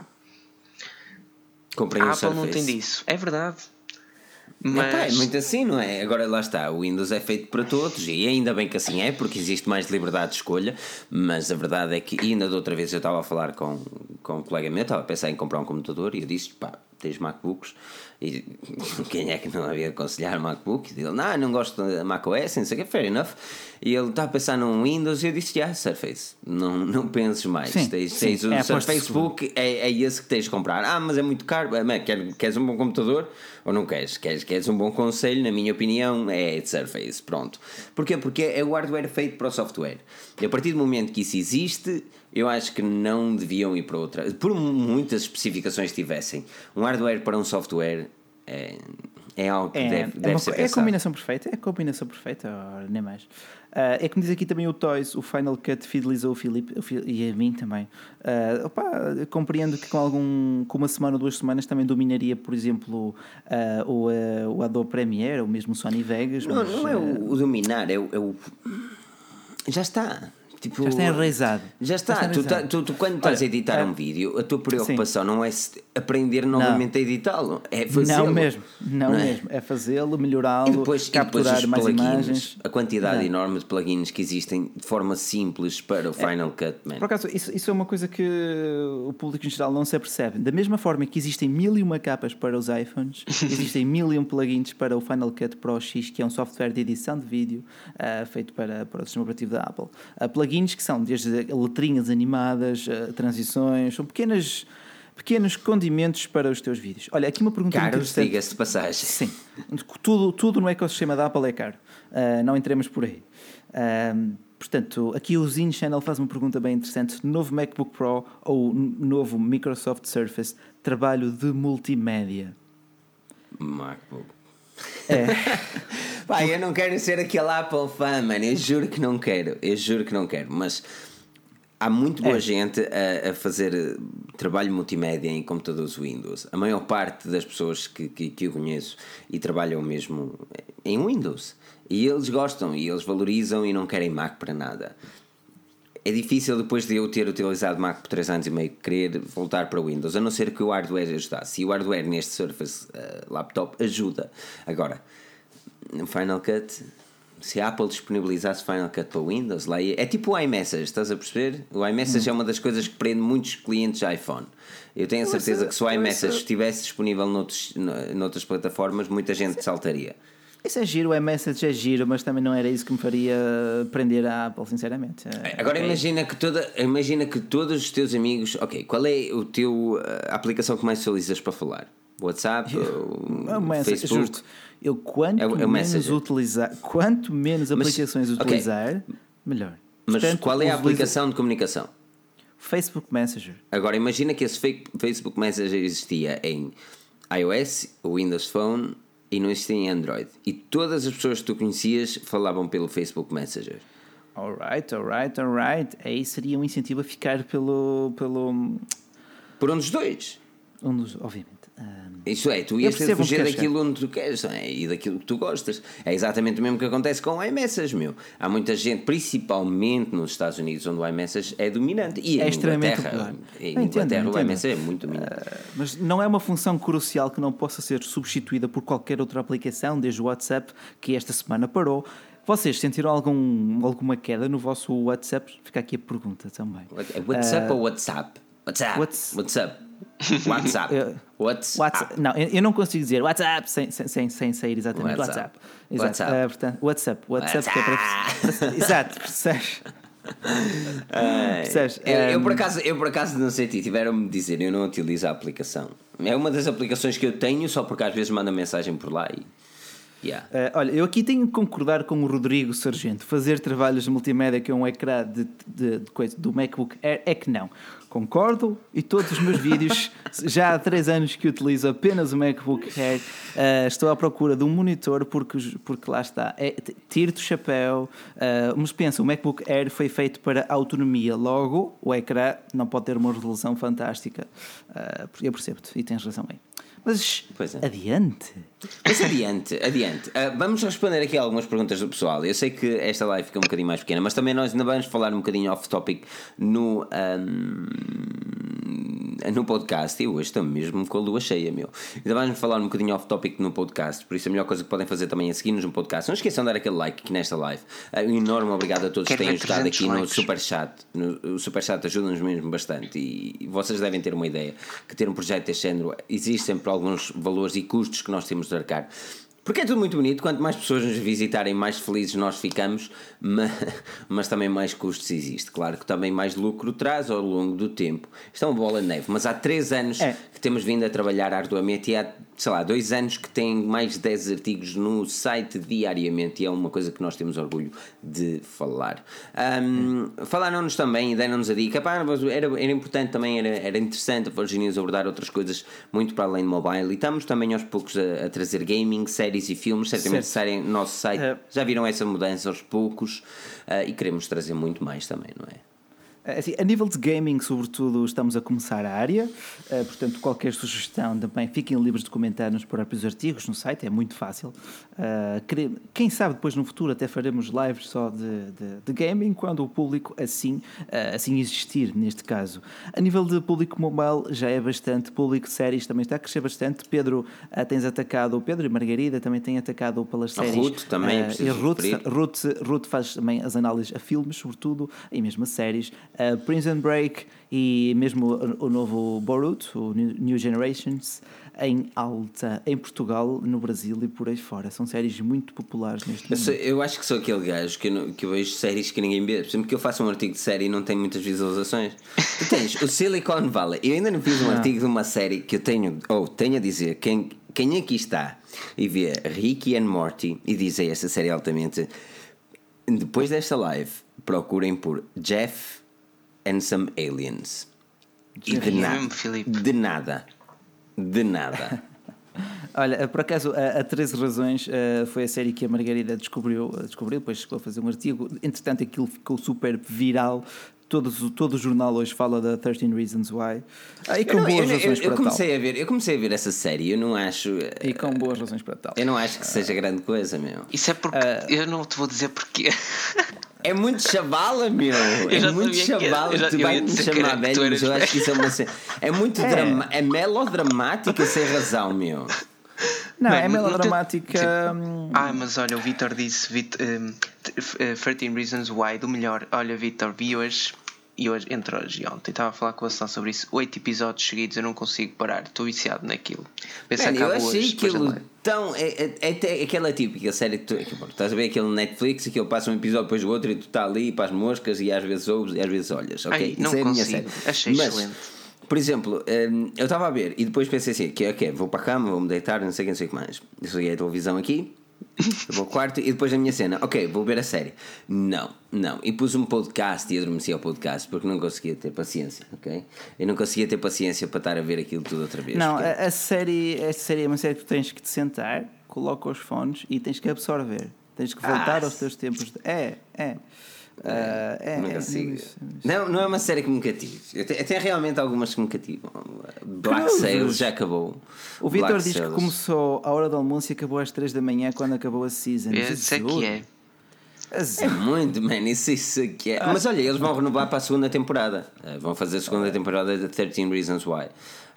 Comprei a um Apple não Surface. tem disso, é verdade. Mas... Epá, é Mas muito assim, não é? Agora lá está, o Windows é feito para todos e ainda bem que assim é, porque existe mais liberdade de escolha, mas a verdade é que, e ainda de outra vez eu estava a falar com, com um colega meu, estava a pensar em comprar um computador e eu disse, pá, tens MacBooks? E quem é que não havia de aconselhar MacBook? E ele, não, não gosto de macOS, não sei o que, fair enough. E ele está a pensar num Windows e eu disse, já, Surface, não, não penses mais. Sim, tens, sim, tens o é a aposta Surface Book, é, é esse que tens de comprar. Ah, mas é muito caro. Mas, quer, queres um bom computador ou não queres? queres? Queres um bom conselho? Na minha opinião, é de Surface, pronto. Porquê? Porque é o hardware feito para o software. E a partir do momento que isso existe, eu acho que não deviam ir para outra. Por muitas especificações que tivessem, um hardware para um software é, é algo que É, deve, é, deve uma, ser é a pensado. combinação perfeita, é a combinação perfeita, ora, nem mais. Uh, é como diz aqui também o Toys, o Final Cut fidelizou o Filipe o Fi- e a mim também. Uh, opa, eu compreendo que com, algum, com uma semana ou duas semanas também dominaria, por exemplo, uh, o, uh, o Adobe Premiere ou mesmo o Sony Vegas. Não, mas, não é uh, o, o dominar, é o, é o Já está. Tipo, já está enraizado. Já está. Já está tu, enraizado. tu, tu, quando estás Olha, a editar é... um vídeo, a tua preocupação Sim. não é aprender novamente não. a editá-lo, é fazê-lo. Não mesmo, não, não mesmo. É, é fazê-lo, melhorá-lo, e depois, capturar e depois mais plugins, imagens. A quantidade não. enorme de plugins que existem de forma simples para o Final é, Cut, man. Por acaso, isso, isso é uma coisa que o público em geral não se apercebe. Da mesma forma que existem mil e uma capas para os iPhones, existem mil e um plugins para o Final Cut Pro X, que é um software de edição de vídeo uh, feito para, para o sistema operativo da Apple. Uh, plugins que são desde letrinhas animadas, uh, transições, são pequenas, pequenos condimentos para os teus vídeos. Olha, aqui uma pergunta caro, interessante. diga-se de passagem. Sim, tudo, tudo no ecossistema da Apple é caro. Uh, não entremos por aí. Uh, portanto, aqui o Zine Channel faz uma pergunta bem interessante. Novo MacBook Pro ou novo Microsoft Surface, trabalho de multimédia? MacBook. É. Pai, eu não quero ser aquele Apple fan, mano. Eu juro que não quero. Eu juro que não quero. Mas há muito boa é. gente a, a fazer trabalho multimédia em computadores Windows. A maior parte das pessoas que, que, que eu conheço e trabalham mesmo em Windows. E eles gostam, e eles valorizam e não querem Mac para nada. É difícil depois de eu ter utilizado Mac por três anos e meio querer voltar para Windows, a não ser que o hardware ajudasse. E o hardware neste Surface uh, laptop ajuda. Agora, no Final Cut, se a Apple disponibilizasse Final Cut para Windows, lá é, é tipo o iMessage, estás a perceber? O iMessage hum. é uma das coisas que prende muitos clientes iPhone. Eu tenho a certeza é, que se o iMessage é. estivesse disponível noutros, noutras plataformas, muita gente saltaria. Isso é giro, o iMessage é giro, mas também não era isso que me faria prender a Apple, sinceramente. Agora okay. imagina, que toda, imagina que todos os teus amigos... Ok, qual é o teu, a aplicação que mais utilizas para falar? WhatsApp? É o Messenger, Facebook? Justo. Eu quanto, é o, é o menos utilizar, quanto menos aplicações mas, utilizar, okay. melhor. Mas Portanto, qual é a aplicação de comunicação? Facebook Messenger. Agora imagina que esse Facebook Messenger existia em iOS, Windows Phone... e não existia em Android. E todas as pessoas que tu conhecias falavam pelo Facebook Messenger. Alright, alright, alright. Aí seria um incentivo a ficar pelo... pelo... Por um dos dois. Um dos, obviamente. Um... Isso é, tu ias ter de fugir daquilo onde tu queres, não é? E daquilo que tu gostas. É exatamente o mesmo que acontece com o iMessage, meu. Há muita gente, principalmente nos Estados Unidos, onde o iMessage é dominante. E é em extremamente Inglaterra, em entendo, Inglaterra entendo. o iMessage é muito dominante. Uh, mas não é uma função crucial que não possa ser substituída por qualquer outra aplicação, desde o WhatsApp, que esta semana parou. Vocês sentiram algum, alguma queda no vosso WhatsApp? Fica aqui a pergunta também. WhatsApp uh, ou WhatsApp? WhatsApp. What's... WhatsApp. WhatsApp. WhatsApp. WhatsApp. Não, eu não consigo dizer WhatsApp sem, sem, sem sair exatamente WhatsApp. WhatsApp. WhatsApp. Uh, portanto, WhatsApp. WhatsApp, WhatsApp. Que é para... Exato, percebes? percebes? Eu, eu, por acaso, eu por acaso não sei, tiveram-me de dizer, eu não utilizo a aplicação. É uma das aplicações que eu tenho, só porque às vezes manda mensagem por lá e. Yeah. Uh, olha, eu aqui tenho que concordar com o Rodrigo Sargento. Fazer trabalhos de multimédia com um ecrã de, de, de coisa, do MacBook Air é que não. Concordo, e todos os meus vídeos, já há três anos que utilizo apenas o MacBook Air, uh, estou à procura de um monitor porque, porque lá está, é, tiro-te o chapéu, uh, mas pensa, o MacBook Air foi feito para autonomia, logo o ecrã não pode ter uma resolução fantástica. Uh, eu percebo-te e tens razão aí. Mas é. adiante. Mas adiante, adiante. Uh, vamos responder aqui a algumas perguntas do pessoal. Eu sei que esta live fica um bocadinho mais pequena, mas também nós ainda vamos falar um bocadinho off-topic no, um, no podcast. E hoje estamos mesmo com a lua cheia, meu. Ainda vamos falar um bocadinho off-topic no podcast. Por isso a melhor coisa que podem fazer também é seguir-nos no podcast. Não esqueçam de dar aquele like aqui nesta live. Uh, um enorme obrigado a todos que têm ajudado aqui likes. no Superchat. No, o Superchat ajuda-nos mesmo bastante. E, e vocês devem ter uma ideia que ter um projeto deste género existe sempre alguns valores e custos que nós temos de arcar. Porque é tudo muito bonito, quanto mais pessoas nos visitarem, mais felizes nós ficamos, mas, mas também mais custos existe. Claro que também mais lucro traz ao longo do tempo. Isto é uma bola de neve, mas há três anos é. que temos vindo a trabalhar arduamente e há, sei lá, dois anos que tem mais de dez artigos no site diariamente e é uma coisa que nós temos orgulho de falar. Um, é. Falaram-nos também e deram-nos a dica, pá, era, era importante também, era, era interessante a Forge News abordar outras coisas muito para além de mobile e estamos também aos poucos a, a trazer gaming, séries e filmes, certamente saírem no nosso site, é. já viram essa mudança aos poucos uh, e queremos trazer muito mais também, não é? Assim, a nível de gaming, sobretudo, estamos a começar a área, uh, portanto, qualquer sugestão também fiquem livres de comentar nos próprios artigos no site, é muito fácil. Uh, quem sabe depois no futuro até faremos lives só de, de, de gaming, quando o público assim, uh, assim existir, neste caso. A nível de público mobile já é bastante, público de séries também está a crescer bastante. Pedro, uh, tens atacado, o Pedro e Margarida também têm atacado pelas a séries. Ruth também, uh, e Ruth, Ruth, Ruth faz também as análises a filmes, sobretudo, e mesmo a séries. Uh, Prison Break e mesmo o, o novo Boruto, o New Generations, em alta em Portugal, no Brasil e por aí fora. São séries muito populares neste eu momento. Sou, eu acho que sou aquele gajo que eu, não, que eu vejo séries que ninguém vê. Sempre que eu faço um artigo de série e não tem muitas visualizações. Tu tens o Silicon Valley. Eu ainda não fiz um não. artigo de uma série que eu tenho, ou tenho a dizer, quem, quem aqui está e vê Rick and Morty e diz essa série altamente, depois desta live, procurem por Jeff and some aliens. E de, na- de nada. De nada. Olha, por acaso, a, a treze Razões uh, foi a série que a Margarida descobriu, descobriu, depois chegou a fazer um artigo. Entretanto, aquilo ficou super viral. Todo, todo o jornal hoje fala da treze Reasons Why. Ah, e com eu não, boas eu, razões eu, para eu comecei tal. A ver, eu comecei a ver essa série. Eu não acho. E com boas razões para tal. Eu não acho que seja grande coisa, meu. Isso é porque. Uh, eu não te vou dizer porquê. É muito chavala, meu. É muito chavala. Tu vais-me chamar velho, mas eu acho que isso é uma cena. É muito é. Drama... é melodramática sem razão, meu. Não, não é melodramática. Te... Ah, mas olha, o Vitor disse Vit... um, treze Reasons Why do melhor. Olha, Vitor, vi hoje. E hoje, entre hoje e ontem, estava a falar com a São sobre isso. Oito episódios seguidos, eu não consigo parar. Estou viciado naquilo. Man, eu achei hoje, aquilo tão. É, é, é aquela típica série que tu, que, bom, estás a ver aquele Netflix, aquele passa um episódio depois do outro e tu estás ali para as moscas e às vezes ouves e às vezes olhas. Ok, Ai, isso não é a consigo. minha série. Achei Mas, excelente. por exemplo, eu estava a ver e depois pensei assim: que ok, vou para a cama, vou-me deitar, não sei o que, não sei o que mais. Desliguei a televisão aqui. Eu vou ao quarto e depois a minha cena, ok, vou ver a série. Não, não. E pus um podcast e adormeci ao podcast porque não conseguia ter paciência, ok? Eu não conseguia ter paciência para estar a ver aquilo tudo outra vez. Não, porque... a, a série, esta série é uma série que tu tens que te sentar, coloca os fones e tens que absorver. Tens que voltar ah, aos teus tempos. De... É, é. Uh, é, não consigo. Não, não é uma série que me cative. Tem realmente algumas que me cativam. Black Sails já acabou. O Vitor diz Sails. Que começou a hora do almoço e acabou às três da manhã quando acabou a season. Isso é que é. É muito, man. Isso, isso que é. Mas olha, eles vão renovar para a segunda temporada. Uh, vão fazer a segunda temporada de treze Reasons Why.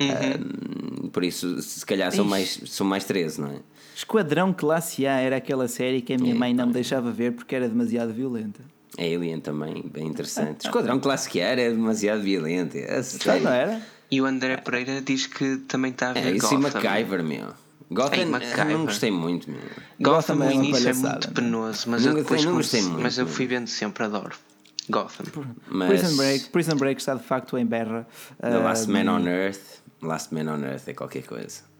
Uhum. Uh, por isso, se calhar são mais, são mais treze, não é? Esquadrão Classe A era aquela série que a minha é, mãe não me deixava ver porque era demasiado violenta. Alien também, bem interessante. Esquadrão Clássico era demasiado violento. É sério. Não era? E o André Pereira diz que também está a ver é, Gotham. É, MacGyver, meu. Gotham, Ei, não gostei muito, meu. Gotham no início é muito penoso, mas não, eu depois não comecei, muito, mas eu fui vendo sempre, adoro. Gotham. Mas... Prison Break, Prison Break está de facto em berra. The uh, Last Man on Earth. Last Man on Earth é qualquer coisa.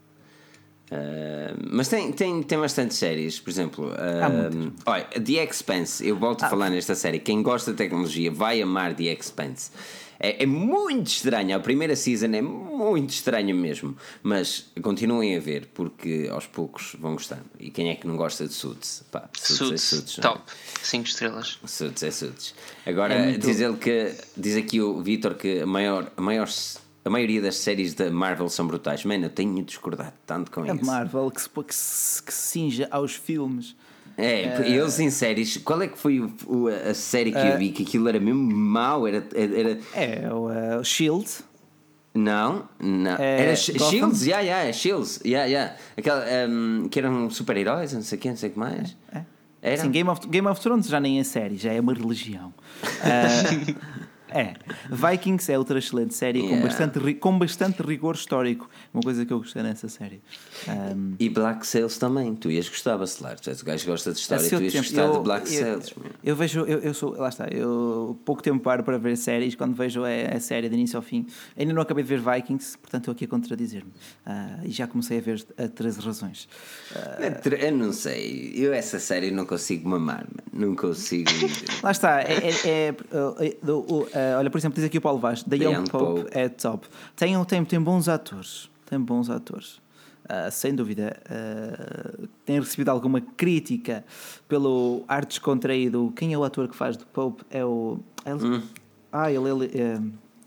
Uh, mas tem, tem, tem bastante séries, por exemplo. Uh, olha, The Expanse. Eu volto ah, a falar nesta série. Quem gosta de tecnologia vai amar The Expanse. É, é muito estranho. A primeira season é muito estranha mesmo. Mas continuem a ver, porque aos poucos vão gostando. E quem é que não gosta de Suits? Pá, Suits, Suits é Suits, top, cinco estrelas. Suits é Suits. Agora, é muito... diz ele que diz aqui o Vitor que a maior, a maior A maioria das séries da Marvel são brutais. Mano, eu tenho discordado tanto com a isso. A Marvel que se, que se que cinja aos filmes. É, uh, eles em séries. Qual é que foi o, o, a série que uh, eu vi que aquilo era mesmo mau? Era, era... É o uh, Shield. Não, não. É, era Shields, yeah, yeah, Shields, yeah, yeah. Aquela, um, que eram super-heróis, não sei o que, não sei o que mais. É. Era? Sim, Game of, Game of Thrones já nem é série, já é uma religião. Uh, É, Vikings é outra excelente série, yeah, com, bastante, com bastante rigor histórico. Uma coisa que eu gostei nessa série. Um, e Black Sails também. Tu ias gostar, Bacelar. Tu és o gajo que gosta de história, tu ias tempo, gostar eu, de Black eu, Sails. Eu, eu vejo, eu, eu sou, lá está, eu pouco tempo paro para ver séries. Quando vejo a, a série de início ao fim, ainda não acabei de ver Vikings, portanto estou aqui a contradizer-me. Uh, e já comecei a ver a treze Razões. Uh, eu não sei, eu essa série não consigo mamar, não consigo. Lá está, é. é, é uh, uh, uh, Uh, olha, por exemplo, diz aqui o Paulo Vaz, The, The Young, Young Pope, Pope é top. Tem, tem, tem bons atores. Tem bons atores. Uh, sem dúvida. Uh, tem recebido alguma crítica pelo ar descontraído. Quem é o ator que faz do Pope? É o. É, hum. Ah, ele. ele é,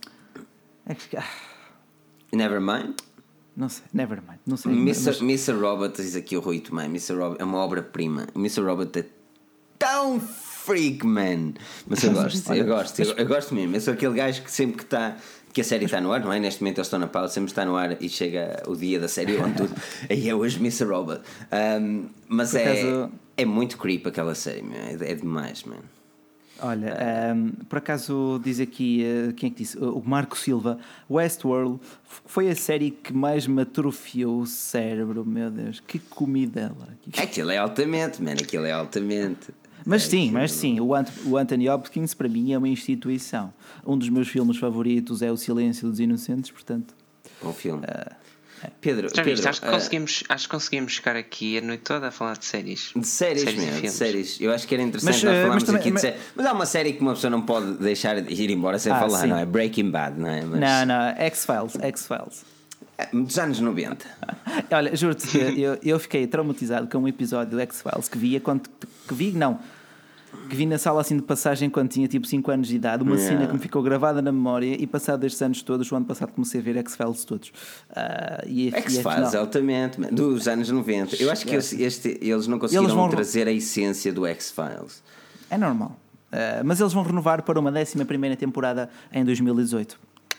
é que. Ah, Nevermind? não sei, Nevermind. Não sei. mister Mas, mister Robot, diz aqui o Rui Tomé. mister Robot é uma obra-prima. mister Robot é tão freak, man. Mas eu gosto, Olha, eu gosto, eu, eu gosto mesmo. Eu sou aquele gajo que sempre que está. Que a série está no ar, não é? Neste momento eles estão na pausa, sempre está no ar e chega o dia da série onde tudo. Aí é hoje mister Robot. Um, mas Por é, acaso- é muito creep aquela série, man. É, é demais, man. olha, ehm, por acaso diz aqui, eh, quem é que disse? O Marco Silva, Westworld f- foi a série que mais me atrofiou o cérebro, meu Deus, que comidela. Aquilo é altamente, man. Aquilo é altamente. Mas É sim, aquilo- mas sim, o, Ant- o Anthony Hopkins para mim é uma instituição. Um dos meus filmes favoritos é O Silêncio dos Inocentes, portanto. Bom filme. Pedro, Já viste? Pedro, Acho que, ah, conseguimos, acho que conseguimos chegar aqui a noite toda a falar de séries. de séries, Séries e meu, de filmes. séries. Eu acho que era interessante Mas, nós eh, falarmos mas também- aqui de mas- séries. Mas há uma série que uma pessoa não pode deixar de ir embora sem Ah, falar, sim. não é? Breaking Bad, não é? Mas, Não, não, X-Files, X-Files. Dos anos noventa. Olha, juro-te, que eu, eu fiquei traumatizado com um episódio do X-Files que via quando. Que vi, não. Que vi na sala assim de passagem quando tinha tipo cinco anos de idade, uma Yeah. cena que me ficou gravada na memória e passado estes anos todos, o ano passado comecei a ver X-Files todos. Ah, e, e X-Files, afinal- altamente, man, dos anos noventa. Eu acho que Esquece. este, este- eles não conseguiram Eles vão- trazer a essência do X-Files. É normal. Ah, mas eles vão renovar para uma décima primeira temporada em dois mil e dezoito.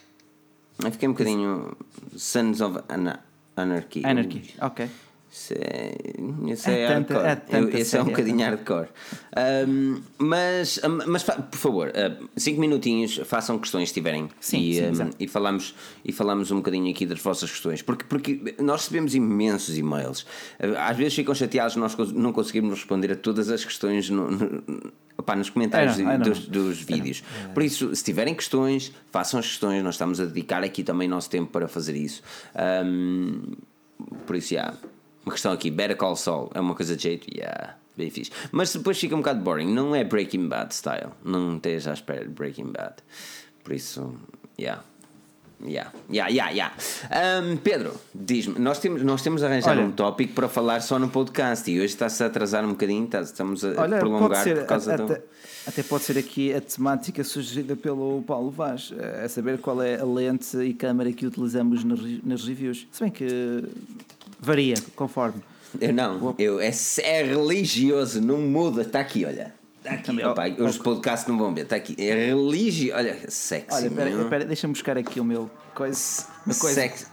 Eu fiquei um bocadinho Sons of Ana- Anarchy. Anarchy, ok. Isso é, isso É é, tanta- hardcore. é tanta Eu- Esse é um série. bocadinho hardcore. Um, mas, um, mas fa- por favor, uh, cinco minutinhos, façam questões se tiverem. Sim, e, sim, um, exato. e, falamos, e falamos um bocadinho aqui das vossas questões. Porque, porque nós recebemos imensos e-mails. Uh, Às vezes ficam chateados nós cons- não conseguimos responder a todas as questões no, no, opá, nos comentários I know, I know. dos, dos vídeos. Por isso, se tiverem questões, façam as questões. Nós estamos a dedicar aqui também nosso tempo para fazer isso. Um, por isso, já. Uma questão aqui, Better Call Saul é uma coisa de jeito, yeah, bem fixe. Mas depois fica um bocado boring, não é Breaking Bad style, não esteja à espera de Breaking Bad. Por isso, yeah. Yeah, yeah, yeah, yeah. Um, Pedro, diz-me, nós temos, nós temos arranjado Olha. um tópico para falar só no podcast e hoje está-se a atrasar um bocadinho, está- estamos a Olha, prolongar pode ser, por causa a- do. até, até pode ser aqui a temática sugerida pelo Paulo Vaz, a saber qual é a lente e câmara que utilizamos nas, re- nas reviews. Se bem que varia, conforme. Eu não, eu, é, é religioso, não muda, está aqui, olha. Está aqui, Também, opa, ó, os podcasts não vão ver, está aqui, é religioso, olha, sexy. Olha, espera, meu. espera, deixa-me buscar aqui o meu coisa. Uma coisa. Sexy.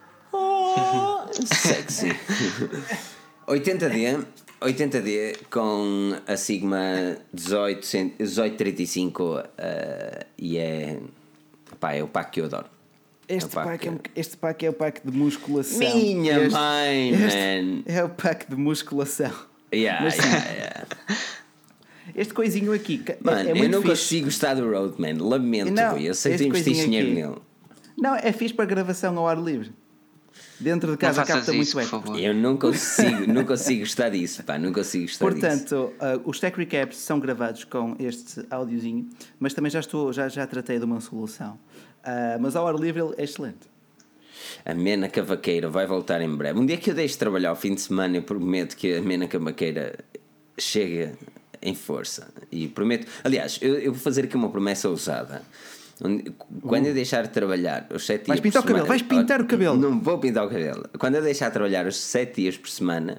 Oh, sexy. oitenta D, oitenta D com a Sigma dezoito trinta e cinco uh, e é, pá, é o pack que eu adoro. Este, É o pack pack é, um- que- este pack é o pack de musculação. Minha Este- mãe, este man. É o pack de musculação. Yeah, Mas sim. yeah, yeah. Este coisinho aqui é- Mano, é eu muito não fixe. consigo gostar do Roadman, lamento, Não, Rui, eu sei que este investir coisinho dinheiro aqui. nele. Não, é fixe para gravação ao ar livre. Dentro de Não casa faças capta muito isso, bem. por favor. Eu não consigo, não consigo gostar disso, pá, não consigo gostar disso. Portanto, uh, os tech recaps são gravados com este áudiozinho, mas também já estou, já, já tratei de uma solução. Uh, mas ao ar livre ele é excelente. A Mena Cavaqueira vai voltar em breve. Um dia que eu deixe de trabalhar ao fim de semana, eu prometo que a Mena Cavaqueira chega em força. E prometo. Aliás, eu, eu vou fazer aqui uma promessa ousada. Onde- Quando eu deixar de trabalhar os sete Vais dias pintar por o cabelo, semana- vais pintar o cabelo. Não vou pintar o cabelo. Quando eu deixar de trabalhar os sete dias por semana,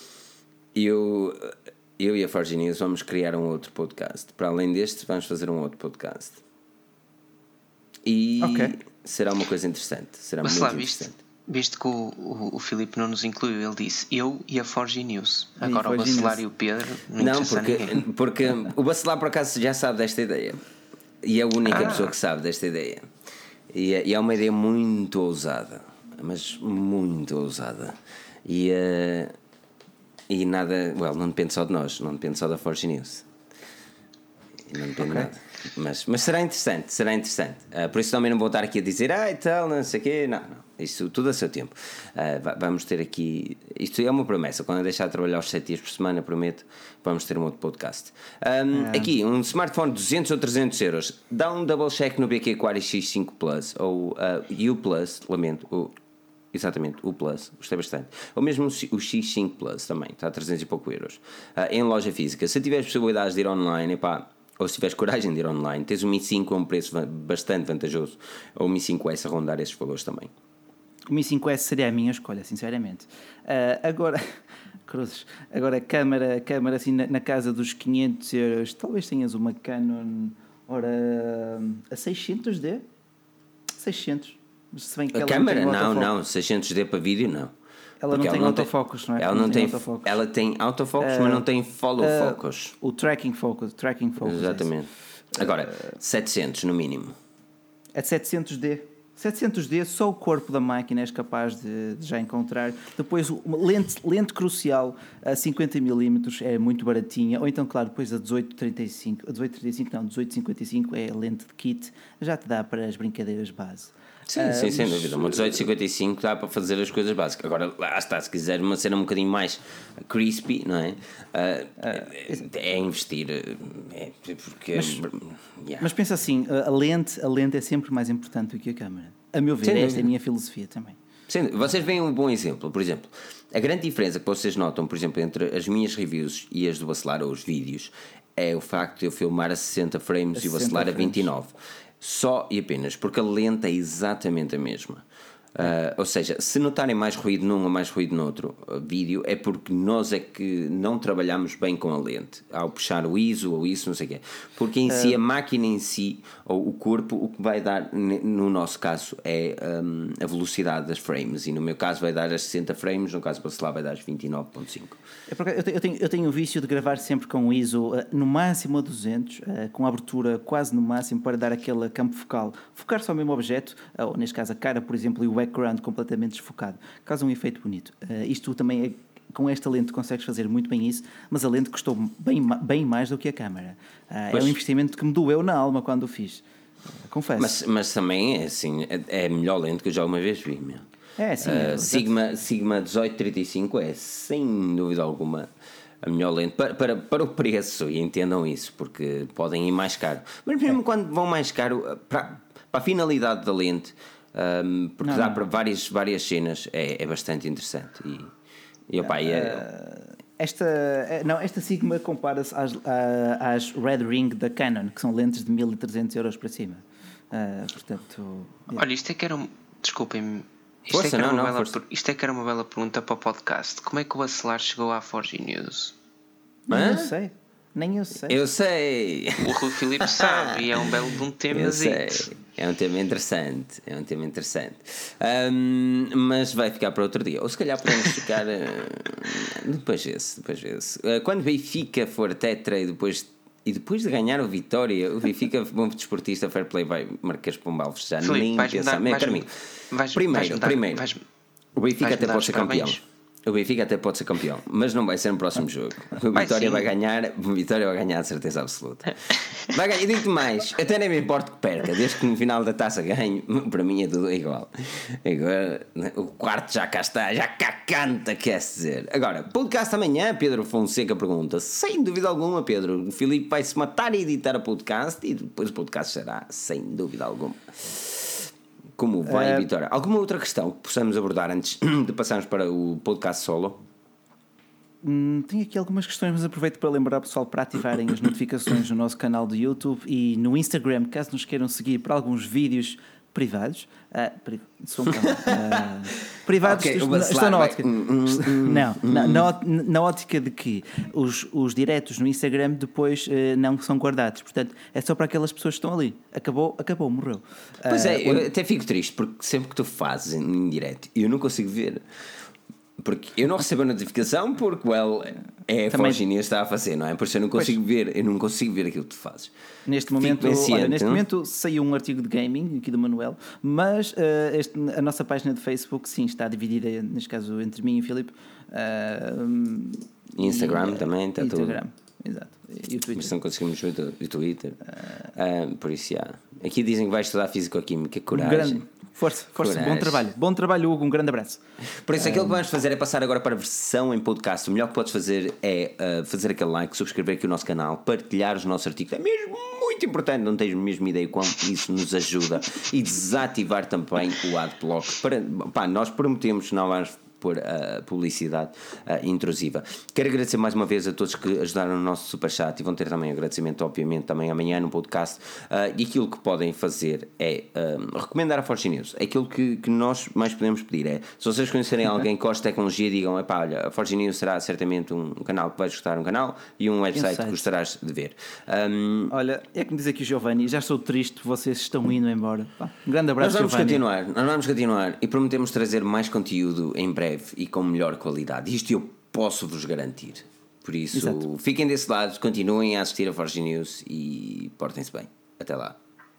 eu, eu e a Forge News vamos criar um outro podcast. Para além deste, vamos fazer um outro podcast. E Ok. será uma coisa interessante. Será Mas muito lá, viste, interessante. viste que o, o, o Filipe não nos incluiu, ele disse eu e a Forge News. E Agora o Forge Bacelar News. e o Pedro não, Não, interessa a porque, ninguém. porque o Bacelar por acaso já sabe desta ideia. E é a única Ah. pessoa que sabe desta ideia. E é, e é uma ideia muito ousada. Mas muito ousada. E, eh, e nada. Well, não depende só de nós, não depende só da Forge News. E não depende de Ok. nada. Mas, mas será interessante, será interessante. Ah, por isso também não vou estar aqui a dizer, ah, e tal, não sei o quê. Não, não. Isso tudo a seu tempo. Ah, va- vamos ter aqui. Isto é uma promessa. Quando eu deixar de trabalhar os sete dias por semana, prometo, vamos ter um outro podcast. Ahm, Aqui, um smartphone de duzentos ou trezentos euros. Dá um double check no B Q Quarry X cinco Plus ou ah, U Plus, lamento. O, exatamente, o Plus, gostei bastante. Ou mesmo o X- o X cinco Plus também, está a trezentos e pouco euros. Ah, em loja física. Se tiveres possibilidades de ir online, epá, ou se tiveres coragem de ir online, tens o Mi cinco a um preço bastante vantajoso, ou o Mi cinco S a rondar esses valores também. O Mi cinco S seria a minha escolha, sinceramente. Uh, agora, cruzes, agora câmara, câmara assim na, na casa dos quinhentos euros, talvez tenhas uma Canon, ora, a seiscentos D? seiscentos. Se bem que a ela câmara? Não, não, não, seiscentos D para vídeo não. Ela não tem autofocus, não é? Ela não, não tem, tem ela tem autofocus, uh, mas não tem follow uh, focus. O tracking focus, tracking focus. Exatamente. É agora, uh, setecentos no mínimo. É setecentos D. setecentos D, só o corpo da máquina és capaz de, de já encontrar. Depois, uma lente, lente crucial a cinquenta milímetros é muito baratinha. Ou então, claro, depois a dezoito trinta e cinco, a dezoito trinta e cinco não, dezoito cinquenta e cinco é a lente de kit, já te dá para as brincadeiras base. Sim, uh, sim, mas... sem dúvida. Uma dezoito cinquenta e cinco dá para fazer as coisas básicas. Agora, lá está, se quiser uma cena um bocadinho mais crispy, não é? Uh, uh, é, é investir. É, porque, mas, yeah. mas pensa assim, a lente, a lente é sempre mais importante do que a câmera. A meu ver, sem esta dúvida. É a minha filosofia também. Sim, vocês veem um bom exemplo. Por exemplo, a grande diferença que vocês notam, por exemplo, entre as minhas reviews e as do Bacelar, ou os vídeos, é o facto de eu filmar a sessenta frames a e o Bacelar a vinte e nove. Só e apenas porque a lente é exatamente a mesma. Uh, ou seja, se notarem mais ruído num ou mais ruído no outro uh, vídeo, é porque nós é que não trabalhamos bem com a lente ao puxar o I S O ou isso, não sei o quê. Porque em uh... si, a máquina em si, ou o corpo, o que vai dar, no nosso caso, é um, a velocidade das frames. E no meu caso vai dar as sessenta frames, no caso do Bacelar vai dar as vinte e nove vírgula cinco. Eu tenho, eu tenho o vício de gravar sempre com o I S O uh, no máximo a duzentos, uh, com a abertura quase no máximo para dar aquele campo focal. Focar só o mesmo objeto, uh, ou neste caso a cara, por exemplo, e o background completamente desfocado, causa um efeito bonito. Uh, isto também é, com esta lente consegues fazer muito bem isso, mas a lente custou bem, bem mais do que a câmara. Uh, é um investimento que me doeu na alma quando o fiz, uh, confesso. Mas, mas também é assim, é a melhor lente que eu já uma vez vi, meu. É, sim, uh, é, Sigma, Sigma dezoito trinta e cinco é sem dúvida alguma a melhor lente para, para, para o preço, e entendam isso, porque podem ir mais caro, mas mesmo é. quando vão mais caro para, para a finalidade da lente, um, porque não, dá não. para várias, várias cenas, é, é bastante interessante. E, e opa, é... uh, esta, não, esta Sigma compara-se às, às Red Ring da Canon, que são lentes de mil e trezentos euros para cima. Uh, portanto, yeah. Olha, isto é que era um... Desculpem-me. Isto, força, é não, não, bela, isto é que era uma bela pergunta para o podcast. Como é que o Bacelar chegou à Forge News? Nem eu sei. Nem eu sei. Eu sei. O Rui Filipe sabe e é um belo de um tema. Eu sei. É um tema interessante. É um tema interessante. Um, mas vai ficar para outro dia. Ou se calhar podemos ficar. Uh, depois esse. Depois esse. Uh, quando Benfica for tetra e depois. E depois de ganhar o Vitória, o Benfica, bom desportista, fair play, vai marcar Pombal já. Filipe, nem pensar. Primeiro, vais, primeiro, vais primeiro vais, o Benfica até pode ser campeão. Parabéns. O Benfica até pode ser campeão, mas não vai ser no próximo jogo. O vai Vitória sim. vai ganhar, o Vitória vai ganhar de certeza absoluta. Vai ganhar, e digo-te mais, até nem me importo que perca, desde que no final da taça ganho, para mim é tudo igual. Agora, o quarto já cá está, já cá canta, quer-se dizer. Agora, podcast amanhã, Pedro Fonseca pergunta, sem dúvida alguma, Pedro, o Filipe vai se matar e editar o podcast e depois o podcast será, sem dúvida alguma. Como vai, uh, Vitória? Alguma outra questão que possamos abordar antes de passarmos para o podcast solo? Hum, tenho aqui algumas questões, mas aproveito para lembrar o pessoal para ativarem as notificações no nosso canal do YouTube e no Instagram, caso nos queiram seguir para alguns vídeos privados. Uh, pri... Sou um canal. Uh, privados, okay, estou, estou na ótica. Não, na, na, na ótica de que os, os diretos no Instagram depois uh, não são guardados. Portanto, é só para aquelas pessoas que estão ali. Acabou, acabou, morreu. Pois uh, é, eu até fico triste porque sempre que tu fazes em direto eu não consigo ver. Porque eu não recebo a notificação porque well, é a Forge News está a fazer, não é? Por isso eu não consigo pois. ver, eu não consigo ver aquilo que tu fazes. Neste momento, olha, neste momento saiu um artigo de gaming aqui do Manuel, mas uh, este, a nossa página de Facebook sim está dividida, neste caso entre mim e o Filipe. Uh, Instagram e, também está tudo. Instagram, exato. E o Twitter. Mas não conseguimos ver o Twitter. Uh, uh, por isso já. Aqui dizem que vais estudar Físico-Química, coragem. Grande. Força, força, coragem. Bom trabalho. Bom trabalho, Hugo, um grande abraço. Por isso, aquilo que vamos fazer é passar agora para a versão em podcast. O melhor que podes fazer é uh, fazer aquele like, subscrever aqui o nosso canal, partilhar os nossos artigos. É mesmo muito importante, não tens mesmo ideia quanto isso nos ajuda. E desativar também o adblock. Para, pá, nós prometemos que não vamos pôr a publicidade uh, intrusiva. Quero agradecer mais uma vez a todos que ajudaram no nosso superchat e vão ter também agradecimento, obviamente, também amanhã no podcast. Uh, e aquilo que podem fazer é uh, recomendar a Forge News. Aquilo que, que nós mais podemos pedir é, se vocês conhecerem alguém que gosta de tecnologia, digam, epá, olha, a Forge News será certamente um canal que vais gostar, um canal e um website que gostarás de ver. Um, olha, é que me diz aqui o Giovanni, já estou triste, vocês estão indo embora. Um grande abraço, nós vamos Giovanni. continuar, nós vamos continuar e prometemos trazer mais conteúdo em breve e com melhor qualidade. Isto eu posso-vos garantir. Por isso, Exato. Fiquem desse lado, continuem a assistir a Forge News e portem-se bem. Até lá.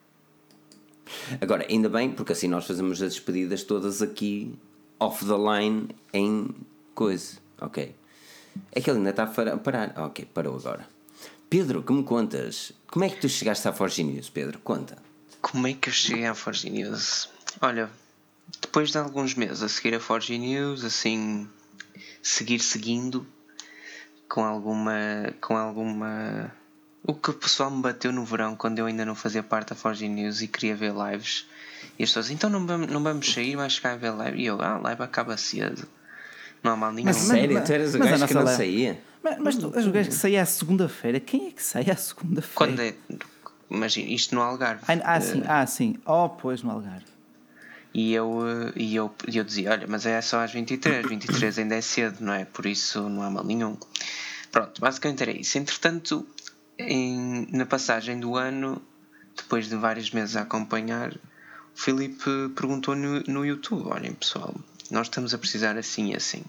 Agora, ainda bem, porque assim nós fazemos as despedidas todas aqui off the line em coisa. Ok. É que ele ainda está a parar. Ok, parou agora. Pedro, que me contas? Como é que tu chegaste à Forge News, Pedro? Conta. Como é que eu cheguei à Forge News? Olha, depois de alguns meses a seguir a Forge News, assim, seguir seguindo, com alguma, com alguma... O que o pessoal me bateu no verão, quando eu ainda não fazia parte da Forge News e queria ver lives, e as pessoas, então não vamos, não vamos sair, vais ficar a ver live, e eu, ah, live acaba cedo, não há mal nenhum. Mas sério, mas, tu eras o gajo que não saía? Mas, mas tu és o gajo que saía à segunda-feira, quem é que sai à segunda-feira? Quando é, imagina, isto no Algarve. Ah, ah sim, ah, sim, oh, pois no Algarve. E eu, e eu, e eu dizia, olha, mas é só às vinte e três, vinte e três ainda é cedo, não é? Por isso não há mal nenhum. Pronto, basicamente era isso. Entretanto, em, na passagem do ano, depois de vários meses a acompanhar, o Filipe perguntou no, no YouTube, olhem pessoal, nós estamos a precisar assim e assim.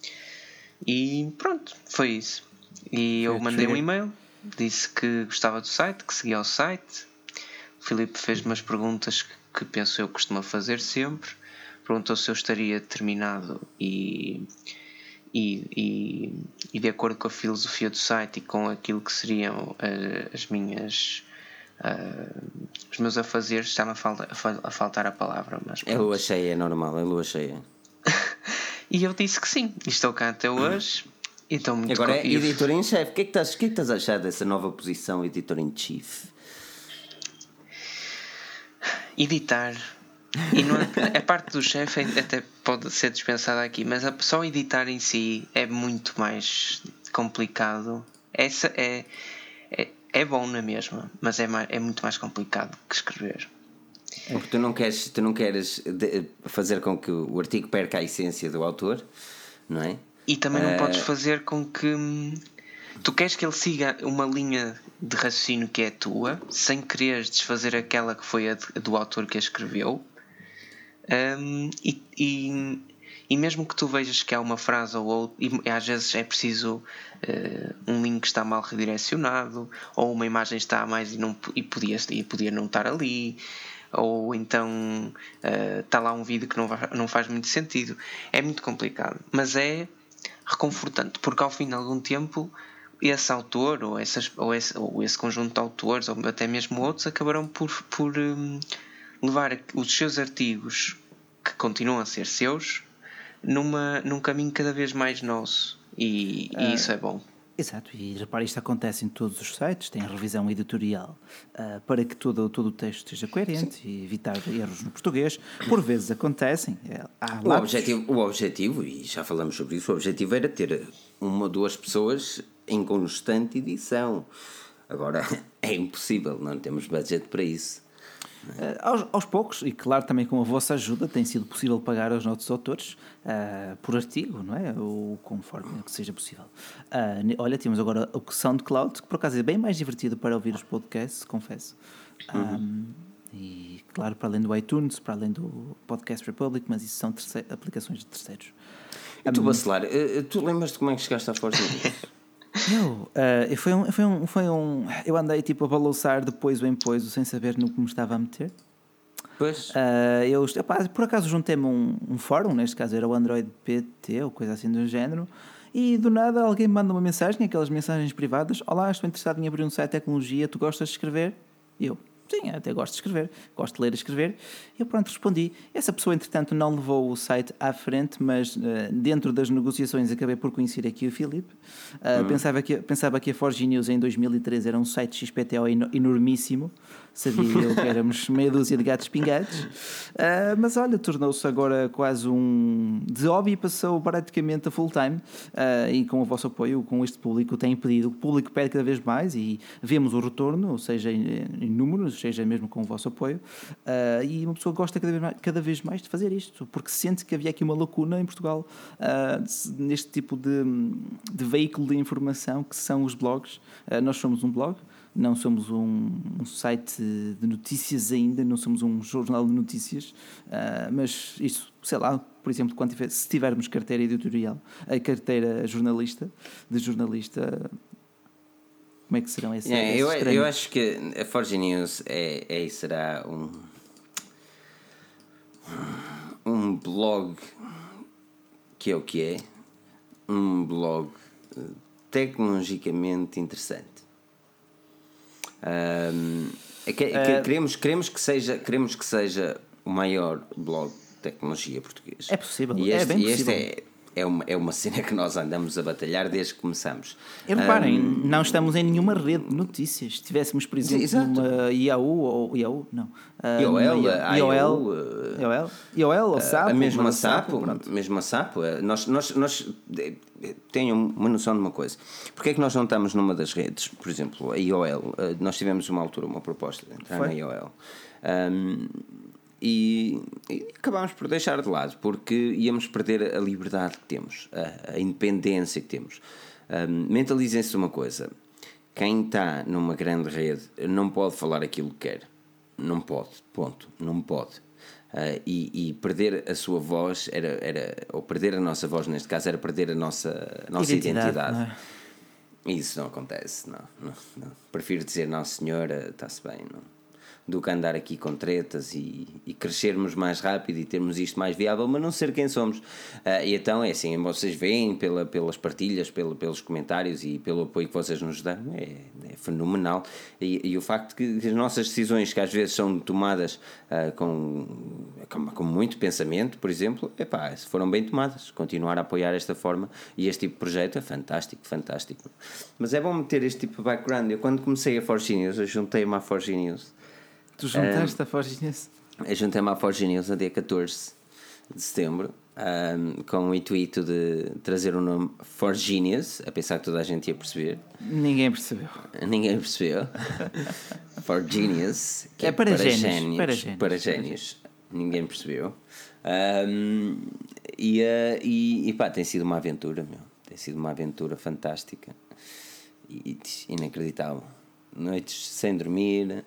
E pronto, foi isso. E eu mandei um e-mail, disse que gostava do site, que seguia o site. O Filipe fez-me as perguntas que, que penso eu costuma fazer sempre. Perguntou se eu estaria determinado e, e, e, e de acordo com a filosofia do site e com aquilo que seriam uh, as minhas uh, os meus afazeres. Está-me a, falta, a faltar a palavra, mas é lua cheia, é normal, é lua cheia. E eu disse que sim, e estou cá até hoje. E estou muito Agora confiante. é editor em chefe. O que é que estás, que é que estás a achar dessa nova posição, editor em chief? Editar. E não é, a parte do chefe até pode ser dispensada aqui, mas a, só editar em si é muito mais complicado. Essa é, é, é bom na mesma, mas é, mais, é muito mais complicado que escrever. Porque tu não queres, tu não queres fazer com que o artigo perca a essência do autor, não é? E também não uh... podes fazer com que tu queres que ele siga uma linha de raciocínio que é a tua, sem quereres desfazer aquela que foi a, de, a do autor que a escreveu. Um, e, e, e mesmo que tu vejas que há uma frase ou outra, e às vezes é preciso uh, um link que está mal redirecionado, ou uma imagem está a mais e, não, e, podia, e podia não estar ali, ou então uh, está lá um vídeo que não, vai, não faz muito sentido. É muito complicado, mas é reconfortante, porque ao fim de algum tempo esse autor ou, essas, ou, esse, ou esse conjunto de autores ou até mesmo outros acabarão por, por um, levar os seus artigos, que continuam a ser seus, numa, num caminho cada vez mais nosso, e, e isso é bom. Exato, e repare, isto acontece em todos os sites, tem a revisão editorial uh, para que todo, todo o texto esteja coerente. Sim. E evitar erros no português. Por vezes acontecem. Há o, objetivo, o objetivo, e já falamos sobre isso, o objetivo era ter uma ou duas pessoas em constante edição. Agora é impossível, não temos budget para isso. Uh, aos, aos poucos, e claro também com a vossa ajuda, tem sido possível pagar aos nossos autores uh, por artigo, não é? Ou conforme que seja possível. Uh, olha, temos agora o SoundCloud, que por acaso é bem mais divertido para ouvir os podcasts, confesso. Uhum. Um, e claro, para além do iTunes, para além do Podcast Republic, mas isso são terceiro, aplicações de terceiros. E tu, um, Bacelar, uh, tu lembras-te como é que chegaste à Forge News? Eu, uh, foi um, foi um, foi um, eu andei tipo a balouçar de poiso em poiso sem saber no que me estava a meter. Pois. Uh, eu, epá, por acaso juntei-me um, um fórum, neste caso era o Android P T ou coisa assim do género, e do nada alguém me manda uma mensagem, aquelas mensagens privadas: olá, estou interessado em abrir um site de tecnologia, tu gostas de escrever? E eu, sim, até gosto de escrever, gosto de ler e escrever. E eu pronto, respondi. Essa pessoa, entretanto, não levou o site à frente, mas uh, dentro das negociações acabei por conhecer aqui o Filipe. Uh, hum. pensava, que, pensava que a Forge News em dois mil e treze era um site X P T O enormíssimo. Sabia eu que éramos meia dúzia de gatos pingados. Uh, mas olha, tornou-se agora quase um... De hobby passou praticamente a full time. Uh, e com o vosso apoio, com este público, tem pedido. O público pede cada vez mais e vemos o retorno, ou seja, em, em números, seja mesmo com o vosso apoio. Uh, e uma pessoa gosta cada vez, mais, cada vez mais de fazer isto, porque sente que havia aqui uma lacuna em Portugal uh, neste tipo de, de veículo de informação que são os blogs. Uh, nós somos um blog. Não somos um, um site de notícias ainda, não somos um jornal de notícias, uh, mas isso, sei lá, por exemplo, quando tiver, se tivermos carteira editorial, a carteira jornalista, de jornalista, como é que serão esses? É, eu, eu acho que a Forge News é, é será um, um blog que é o que é, um blog tecnologicamente interessante. Um, é que, é que uh, queremos, queremos, que seja, queremos que seja o maior blog de tecnologia português. É possível, e este, é bem e possível. Este é, é, uma, é uma cena que nós andamos a batalhar desde que começamos. E reparem, um, não estamos em nenhuma rede de notícias. Se estivéssemos, por exemplo, sim, numa Yahoo ou Yahoo, não. Uh, IOL, IOL, IOL, IOL ou Sapo. A mesma Sapo, mesma Sapo. Nós, nós, nós tenham uma noção de uma coisa. Porque é que nós não estamos numa das redes? Por exemplo, a IOL. Nós tivemos uma altura uma proposta de entrar Foi? na IOL. Um, E, e acabámos por deixar de lado porque íamos perder a liberdade que temos, a, a independência que temos. Um, mentalizem-se uma coisa: quem está numa grande rede não pode falar aquilo que quer, não pode, ponto, não pode. Uh, e, e perder a sua voz era, era, ou perder a nossa voz neste caso, era perder a nossa, a nossa identidade. identidade. Não é? Isso não acontece, não, não, não. Prefiro dizer não senhora, está-se bem, não. Do que andar aqui com tretas e, e crescermos mais rápido e termos isto mais viável, mas não ser quem somos. Uh, e então é assim, vocês veem pela, pelas partilhas, pelo, pelos comentários e pelo apoio que vocês nos dão, é, é fenomenal. E, e o facto que as nossas decisões, que às vezes são tomadas uh, com, com, com muito pensamento, por exemplo, epá, foram bem tomadas. Continuar a apoiar esta forma e este tipo de projeto é fantástico, fantástico. Mas é bom ter este tipo de background. Eu quando comecei a Forge News, eu juntei-me à Forge News. Tu juntaste um, a Forge News? Eu juntei-me à Forge News no dia catorze de setembro, um, com o intuito de trazer o nome Forge News, a pensar que toda a gente ia perceber. Ninguém percebeu. Ninguém percebeu. Forge News, que é, é para, para génios. génios. Para génios. Para génios. Ninguém percebeu. Um, e, uh, e, e pá, tem sido uma aventura, meu. Tem sido uma aventura fantástica e inacreditável. Noites sem dormir.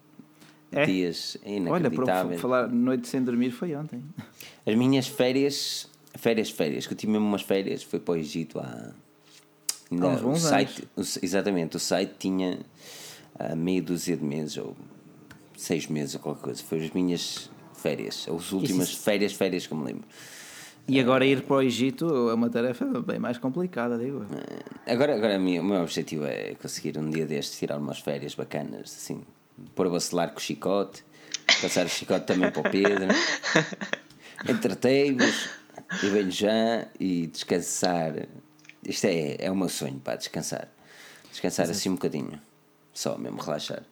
É? Dias inacreditáveis. Olha, para falar noite sem dormir foi ontem. As minhas férias, férias, férias, que eu tive mesmo umas férias, foi para o Egito há... Há uns bons o site, o, exatamente, o site tinha uh, meia dúzia de meses, ou seis meses, ou qualquer coisa. Foi as minhas férias, as últimas Isso. férias, férias que eu me lembro. E agora ir para o Egito é uma tarefa bem mais complicada, digo. Agora, agora o meu objetivo é conseguir um dia destes tirar umas férias bacanas, assim... Pôr a vacilar com o chicote, passar o chicote também para o Pedro, entretei-vos e venho já e descansar. Isto é, é o meu sonho, pá, descansar. Descansar Exato. assim um bocadinho, só mesmo relaxar.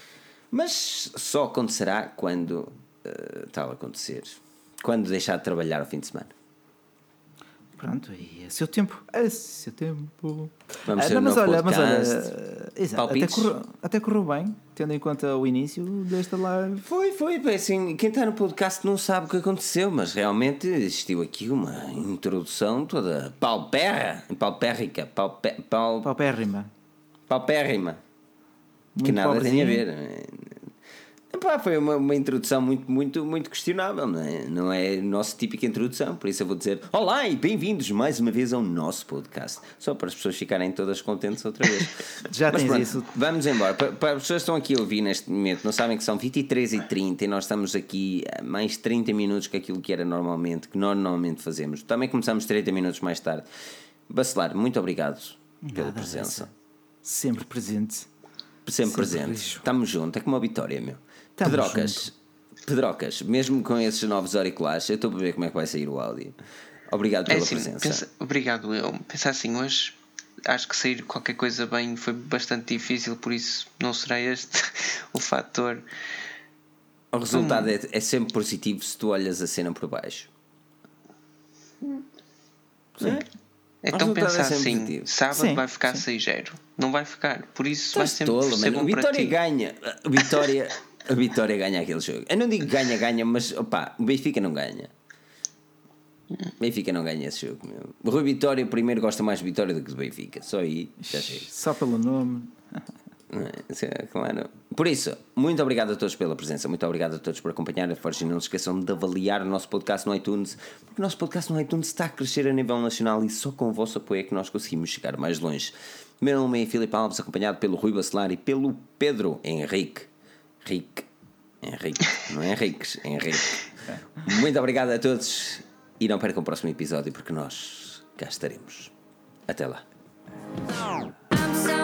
Mas só acontecerá quando uh, tal acontecer, quando deixar de trabalhar ao fim de semana. Pronto, e é seu tempo. É seu tempo. Vamos ah, ter não, um mas, novo olha, podcast. mas olha, exato, até, correu, até correu bem, tendo em conta o início desta live. Foi, foi, bem, assim, quem está no podcast não sabe o que aconteceu, mas realmente existiu aqui uma introdução toda paupérrima, paupérrica, paupe, pau, paupérrima. Paupérrima. Muito que nada pobrezinho. tem a ver. Epá, foi uma, uma introdução muito, muito, muito questionável, não é? Não é a nossa típica introdução, por isso eu vou dizer olá e bem-vindos mais uma vez ao nosso podcast, só para as pessoas ficarem todas contentes outra vez. Já Mas tens pronto, isso. Vamos embora. Para, para as pessoas que estão aqui a ouvir neste momento, não sabem que são vinte e três e trinta e nós estamos aqui a mais trinta minutos que aquilo que era normalmente, que nós normalmente fazemos. Também começamos trinta minutos mais tarde. Bacelar, muito obrigado pela Nada presença. dessa. Sempre presente. sempre presente. Estamos juntos, é como a Vitória, meu. Tamo Pedrocas, junto. Pedrocas, mesmo com esses novos auriculares, eu estou para ver como é que vai sair o áudio. Obrigado É pela assim, presença. pensa, obrigado eu. Pensar assim, hoje acho que sair qualquer coisa bem foi bastante difícil, por isso não será este o fator. O resultado hum. é, é sempre positivo se tu olhas a cena por baixo. Sim. Então pensa é assim, positivo. Sábado sim, vai ficar seis zero. Não vai ficar, por isso Estás vai sempre tolo, ser bom. A Vitória ganha. A Vitória, a Vitória ganha aquele jogo. Eu não digo ganha, ganha, mas opá, o Benfica não ganha. O Benfica não ganha esse jogo, meu. O Rui Vitória primeiro gosta mais de Vitória do que do Benfica. Só aí, já sei. Só pelo nome. É, claro. Por isso, muito obrigado a todos pela presença. Muito obrigado a todos por acompanhar a Forge. Não se esqueçam de avaliar o nosso podcast no iTunes, porque o nosso podcast no iTunes está a crescer a nível nacional e só com o vosso apoio é que nós conseguimos chegar mais longe. Meu nome é Filipe Alves, acompanhado pelo Rui Bacelar e pelo Pedro Henrique. Henrique. Henrique. Não é Henriques, é Henrique. Muito obrigado a todos e não percam o próximo episódio porque nós cá estaremos. Até lá.